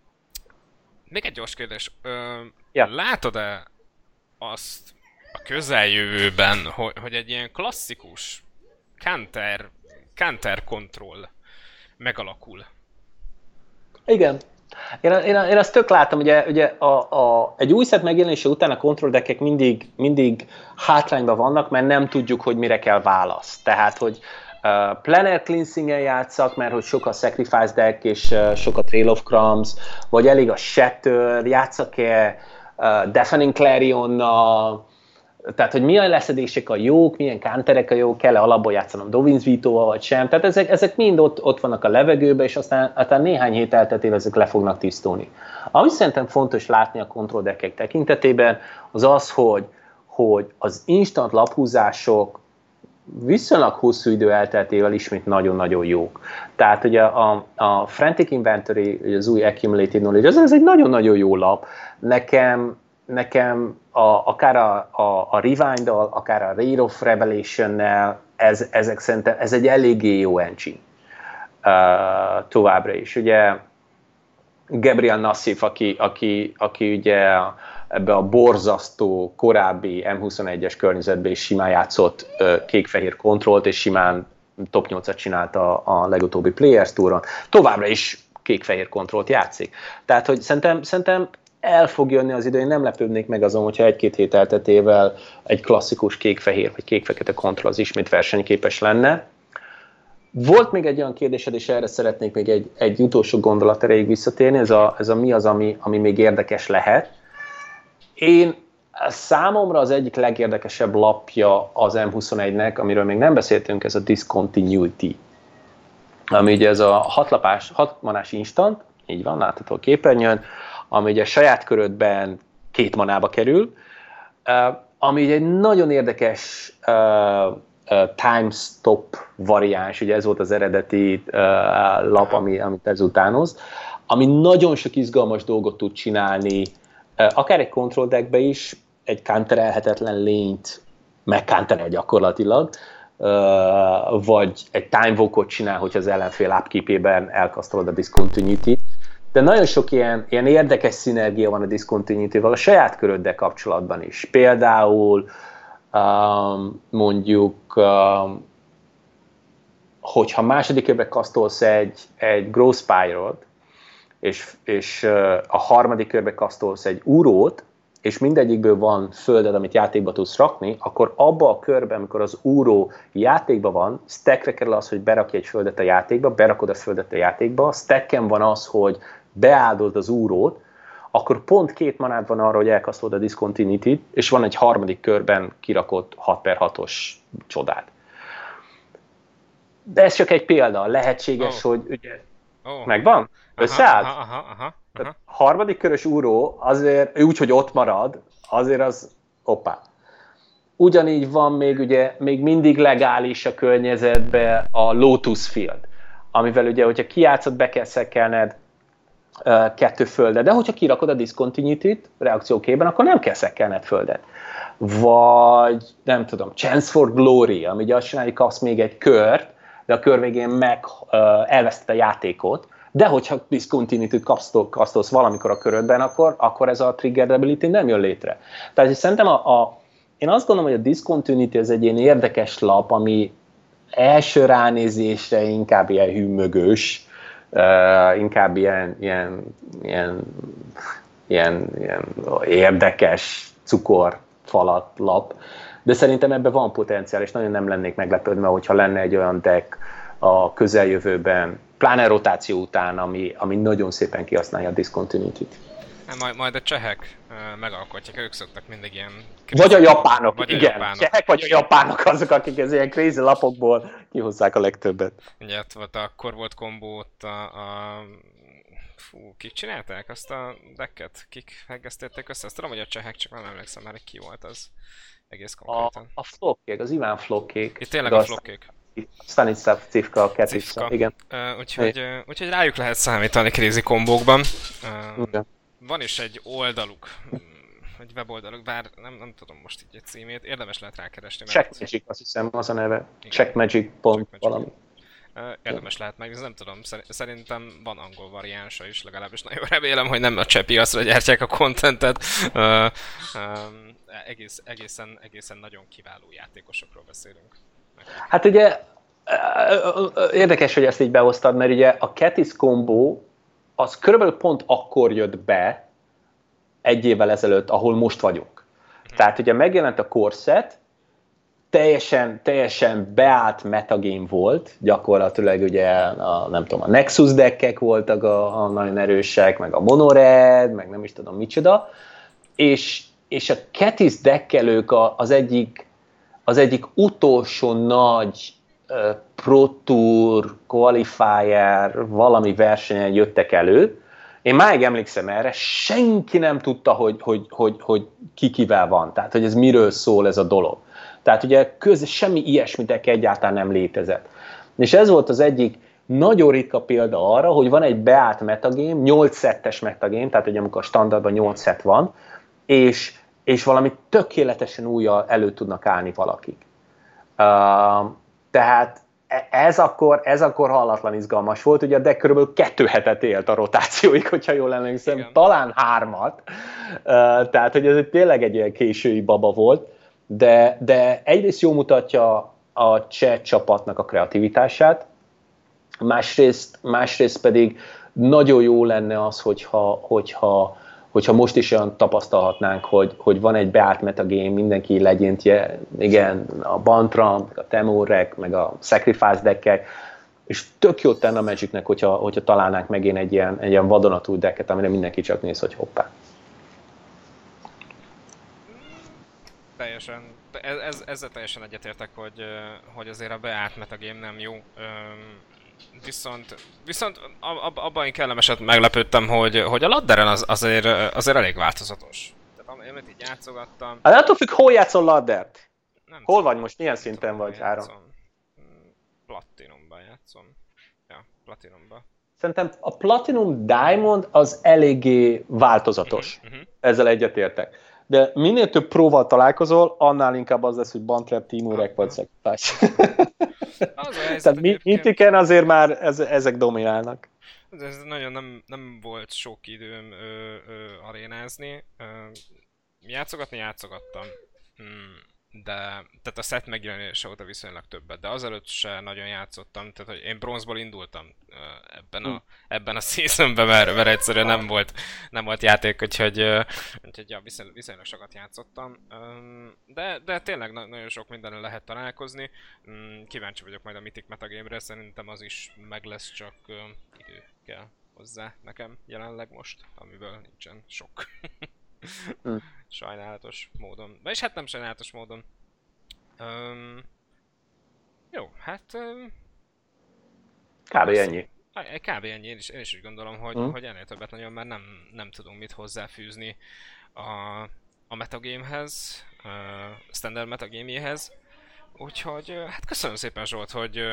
még egy gyors kérdés, uh, ja. Látod-e azt a közeljövőben, hogy, hogy egy ilyen klasszikus counter, counter control megalakul? Igen. Én, én, én azt tök látom, ugye, ugye a, a, egy új set megjelenése után a control deckek mindig, mindig hátrányban vannak, mert nem tudjuk, hogy mire kell válasz. Tehát, hogy uh, Planar Cleansing-en játszak, mert hogy sok a Sacrifice deck és uh, sok a Trail of Crumbs, vagy elég a Shatter, játszak-e uh, Deafening Clarionnal, tehát, hogy milyen leszedések a jók, milyen counterek a jók, kell-e alapból játszanom Dovin's Veto-val, vagy sem. Tehát ezek, ezek mind ott, ott vannak a levegőben, és aztán, aztán néhány hét elteltével ezek le fognak tisztulni. Ami szerintem fontos látni a control deckek tekintetében, az az, hogy, hogy az instant laphúzások viszonylag hosszú idő elteltével ismét nagyon-nagyon jók. Tehát ugye a, a Frantic Inventory, az új Accumulated Knowledge, az, ez egy nagyon-nagyon jó lap. Nekem Nekem a, akár a, a, a Rewind-dal, akár a Rate of Revelation-nel, ez, ezek szerintem ez egy eléggé jó engine uh, továbbra is. Ugye Gabriel Nassif, aki, aki, aki ugye ebbe a borzasztó korábbi em huszonegyes környezetben is simán játszott uh, kék-fehér kontrollt, és simán top nyolcat csinálta a, a legutóbbi Players Touron. Továbbra is kék-fehér kontrollt játszik. Tehát, hogy szerintem, szerintem el fog jönni az idő, én nem lepődnék meg azon, hogyha egy-két hét elteltével egy klasszikus kék-fehér vagy kék-fekete kontroll az ismét versenyképes lenne. Volt még egy olyan kérdésed, és erre szeretnék még egy, egy utolsó gondolat erejéig visszatérni, ez a, ez a mi az, ami, ami még érdekes lehet. Én számomra az egyik legérdekesebb lapja az em huszonegynek, amiről még nem beszéltünk, ez a Discontinuity. Ami ugye ez a hatlapás, hatmanás instant, így van, látható a képernyőn, ami ugye saját körödben két manába kerül, uh, ami ugye egy nagyon érdekes uh, uh, time stop variáns, ugye ez volt az eredeti uh, lap, ami, amit ez utánoz, ami nagyon sok izgalmas dolgot tud csinálni, uh, akár egy control deckbe is, egy counterelhetetlen lényt megcounterel gyakorlatilag, uh, vagy egy time walkot csinál, hogyha az ellenfél upkeep-ében elkasztolod a Discontinuity. De nagyon sok ilyen, ilyen érdekes szinergia van a Discontinuity-val a saját köröddel kapcsolatban is. Például um, mondjuk, um, hogyha második körbe kasztolsz egy, egy Growth Spiral-t, és, és uh, a harmadik körbe kasztolsz egy úrót, és mindegyikből van földed, amit játékba tudsz rakni, akkor abba a körben, amikor az úró játékban van, stackre kerül az, hogy berakj egy földet a játékba, berakod a földet a játékba, stacken van az, hogy beáldozd az úrót, akkor pont két manád van arra, hogy elkasztolod a Discontinuity-t, és van egy harmadik körben kirakott hat per hatos csodád. De ez csak egy példa. Lehetséges, oh. hogy ugye... Oh. Megvan? Összeállt? Aha, aha, aha, aha. Harmadik körös úró azért, úgy, hogy ott marad, azért az hoppá. Ugyanígy van még ugye, még mindig legális a környezetben a Lotus Field, amivel ugye, hogyha kijátszod, be kell szekkelned uh, kettő földet, de hogyha kirakod a discontinuity-t reakciókében, akkor nem kell szekkelned földet. Vagy nem tudom, Chance for Glory, ami ugye azt csinálja, hogy kapsz még egy kört, de a kör végén meg uh, elveszted a játékot, de hogyha discontinuity-t kasztolsz valamikor a körödben, akkor, akkor ez a trigger ability nem jön létre. Tehát szerintem a, a, én azt gondolom, hogy a discontinuity ez egy ilyen érdekes lap, ami első ránézésre inkább ilyen hűmögös, uh, inkább ilyen, ilyen, ilyen, ilyen, ilyen érdekes cukorfalat lap, de szerintem ebben van potenciál, és nagyon nem lennék meglepődve, hogyha lenne egy olyan deck a közeljövőben, pláne rotáció után, ami, ami nagyon szépen kihasználja a discontinuity-t. Majd, majd a csehek uh, megalkotják, ők szoktak mindig ilyen... Vagy a japánok, vagy igen. A japánok. Csehek vagy a japánok azok, akik ez ilyen crazy lapokból kihozzák a legtöbbet. Ugye ott volt a Korvolt kombót, a, a... Fú, kik csinálták azt a decket? Kik heggesztették össze? Azt tudom, hogy a csehek, csak nem emlékszem már, hogy ki volt az egész konkrétan. A, a Flokkék, az Iván Flokkék. Itt tényleg a Flokkék. Stanislav Cifka, a Ketica, igen. Uh, úgyhogy, uh, úgyhogy rájuk lehet számítani crazy kombókban. Uh, okay. Van is egy oldaluk, egy weboldaluk, bár nem, nem tudom most így egy címét, érdemes lehet rákeresni. Mert... Check Magic, azt hiszem, az a neve. Check Magic pont valami. Uh, érdemes lehet megnézni, nem tudom, szerintem van angol variánsa is, legalábbis nagyon remélem, hogy nem a cseh piacra gyártják a contentet. Uh, um, egész, egészen, egészen nagyon kiváló játékosokról beszélünk. Hát ugye érdekes, hogy ezt így behoztad, mert ugye a Ketis kombó az körülbelül pont akkor jött be egy évvel ezelőtt, ahol most vagyunk. Hmm. Tehát ugye megjelent a core set, teljesen, teljesen beállt metagame volt, gyakorlatilag ugye a, nem tudom, a Nexus deckek voltak a, a nagyon erősek, meg a Monored, meg nem is tudom micsoda, és, és a Ketis deckelők az egyik az egyik utolsó nagy uh, Pro Tour, Qualifier, valami versenyen jöttek elő. Én máig emlékszem erre, senki nem tudta, hogy, hogy, hogy, hogy ki kivel van, tehát hogy ez miről szól ez a dolog. Tehát ugye köz, semmi ilyesmitek egyáltalán nem létezett. És ez volt az egyik nagyon ritka példa arra, hogy van egy beállt metagame, nyolc szettes metagame, tehát ugye amikor a standardban nyolc szett van, és és valami tökéletesen újjal elő tudnak állni valakik. Uh, tehát ez akkor, ez akkor hallatlan izgalmas volt, ugye a deck körülbelül kettő hetet élt a rotációig, hogyha jól emlékszem, igen. Talán hármat, uh, tehát hogy ez tényleg egy ilyen késői baba volt, de, de egyrészt jól mutatja a cseh csapatnak a kreativitását, másrészt, másrészt pedig nagyon jó lenne az, hogyha, hogyha hogyha most is olyan tapasztalhatnánk, hogy, hogy van egy beállt metagame, mindenki legyintje, igen, a Bantram, meg a Temurek, meg a Sacrifice deckek, és tök jót tenne a Magicnek, hogyha, hogyha találnánk megint egy ilyen, egy ilyen vadonatúj decket, amire mindenki csak néz, hogy hoppá. Teljesen, ez, ez, ezzel teljesen egyetértek, hogy, hogy azért a beállt metagame nem jó. Viszont, viszont ab, abban én kellemeset meglepődtem, hogy, hogy a ladderen az, azért, azért elég változatos. Tehát amit így játszogattam... Hát attól függ, hol játszol laddert? Nem hol vagy most? Milyen szinten vagy, Áron? Platinumban játszom. Ja, Platinumban. Szerintem a Platinum Diamond az eléggé változatos. Uh-huh, uh-huh. Ezzel egyetértek. De minél több próval találkozol, annál inkább az lesz, hogy Bantrap, Timurek vagy Sacrifice. Tehát Mythiken azért már ez, ezek dominálnak. Ez nagyon nem, nem volt sok időm ö, ö, arénázni. Ö, játszogatni játszogattam. Hmm, de tehát a set megjelenése óta viszonylag többet, de azelőtt se nagyon játszottam, tehát hogy én bronzból indultam ebben a, ebben a seasonben, mert, mert egyszerűen nem volt, nem volt játék, úgyhogy, úgyhogy ja, viszonylag, viszonylag sokat játszottam. De, de tényleg nagyon sok mindenre lehet találkozni. Kíváncsi vagyok majd a Mythic metagame-re, szerintem az is meg lesz, csak idő kell hozzá nekem jelenleg most, amiből nincsen sok. Hmm. Sajnálatos módon. Vagyis hát nem sajnálatos módon. Um, jó, hát... Um, kb. Ennyi. Kb. ennyi, én is, én is úgy gondolom, hogy, hmm. hogy ennél többet nagyon már nem, nem tudunk mit hozzáfűzni a, a metagamehez, a standard metagaméhez. Úgyhogy hát köszönöm szépen, Zsolt, hogy,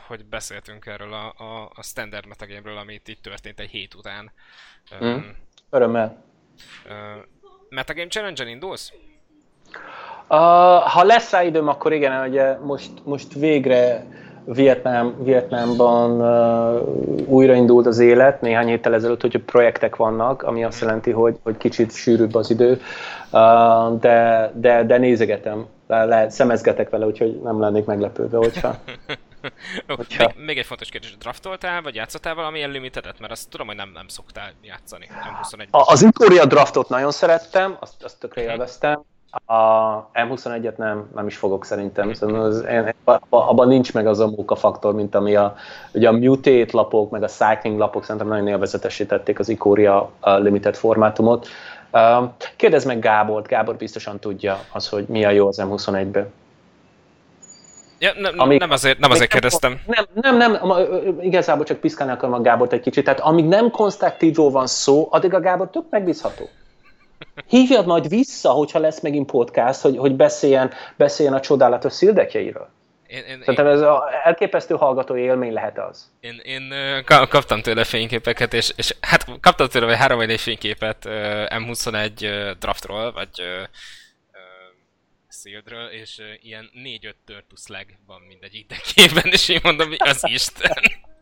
hogy beszéltünk erről a, a, a standard metagameről, amit itt történt egy hét után. Mm. Um, Örömmel. Uh, Metagame Challenge-en indulsz? Uh, ha lesz rá időm, akkor igen, ugye most, most végre Vietnám, Vietnámban uh, újraindult az élet, néhány héttel ezelőtt, hogy projektek vannak, ami azt jelenti, hogy, hogy kicsit sűrűbb az idő, uh, de, de, de nézegetem, lehet, szemezgetek vele, úgyhogy nem lennék meglepődve, hogyha... hogyha... Még, még egy fontos kérdés, draftoltál, vagy játszottál valami Unlimited-et? Mert azt tudom, hogy nem, nem szoktál játszani em huszonegyben. Az Ikoria draftot nagyon szerettem, azt, azt tökre élveztem. A em huszonegyet nem, nem is fogok szerintem, szóval az, én, abban nincs meg az a munkafaktor, mint ami a, ugye a Mutate lapok, meg a Cycling lapok szerintem nagyon élvezetesítették az Ikoria Limited formátumot. Kérdezd meg Gábort, Gábor biztosan tudja az, hogy mi a jó az em huszonegyben. Ja, nem, amíg, nem azért, nem azért kérdeztem. Nem, nem, nem, igazából csak piszkálni akarom a Gábort egy kicsit, tehát amíg nem Constructive-ról van szó, addig a Gábor tök megbízható. Hívjad majd vissza, hogyha lesz megint podcast, hogy, hogy beszéljen, beszéljen a csodálatos szildekjeiről. Én, én, Szerintem ez az elképesztő hallgató élmény lehet az. Én, én kaptam tőle fényképeket, és, és hát kaptam tőle vagy három vagy négy fényképet em huszonegy draftról, vagy Shieldről, és uh, ilyen négy-öt turn to slag van mindegyik deckében, és én mondom, mi az Isten?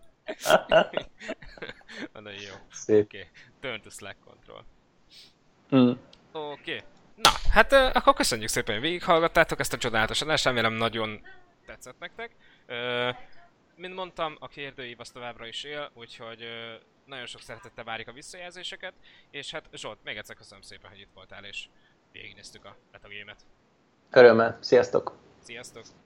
Nagyon jó. Szép. Oké, okay. Turn to slag control. Mm. Oké. Okay. Na, hát uh, akkor köszönjük szépen, hogy végighallgattátok ezt a csodálatos adást, remélem nagyon tetszett nektek. Uh, mint mondtam, a kérdőív az továbbra is él, úgyhogy uh, nagyon sok szeretettel várjuk a visszajelzéseket, és hát Zsolt, még egyszer köszönöm szépen, hogy itt voltál, és végignéztük a metagame-et. Örömmel. Sziasztok! Sziasztok!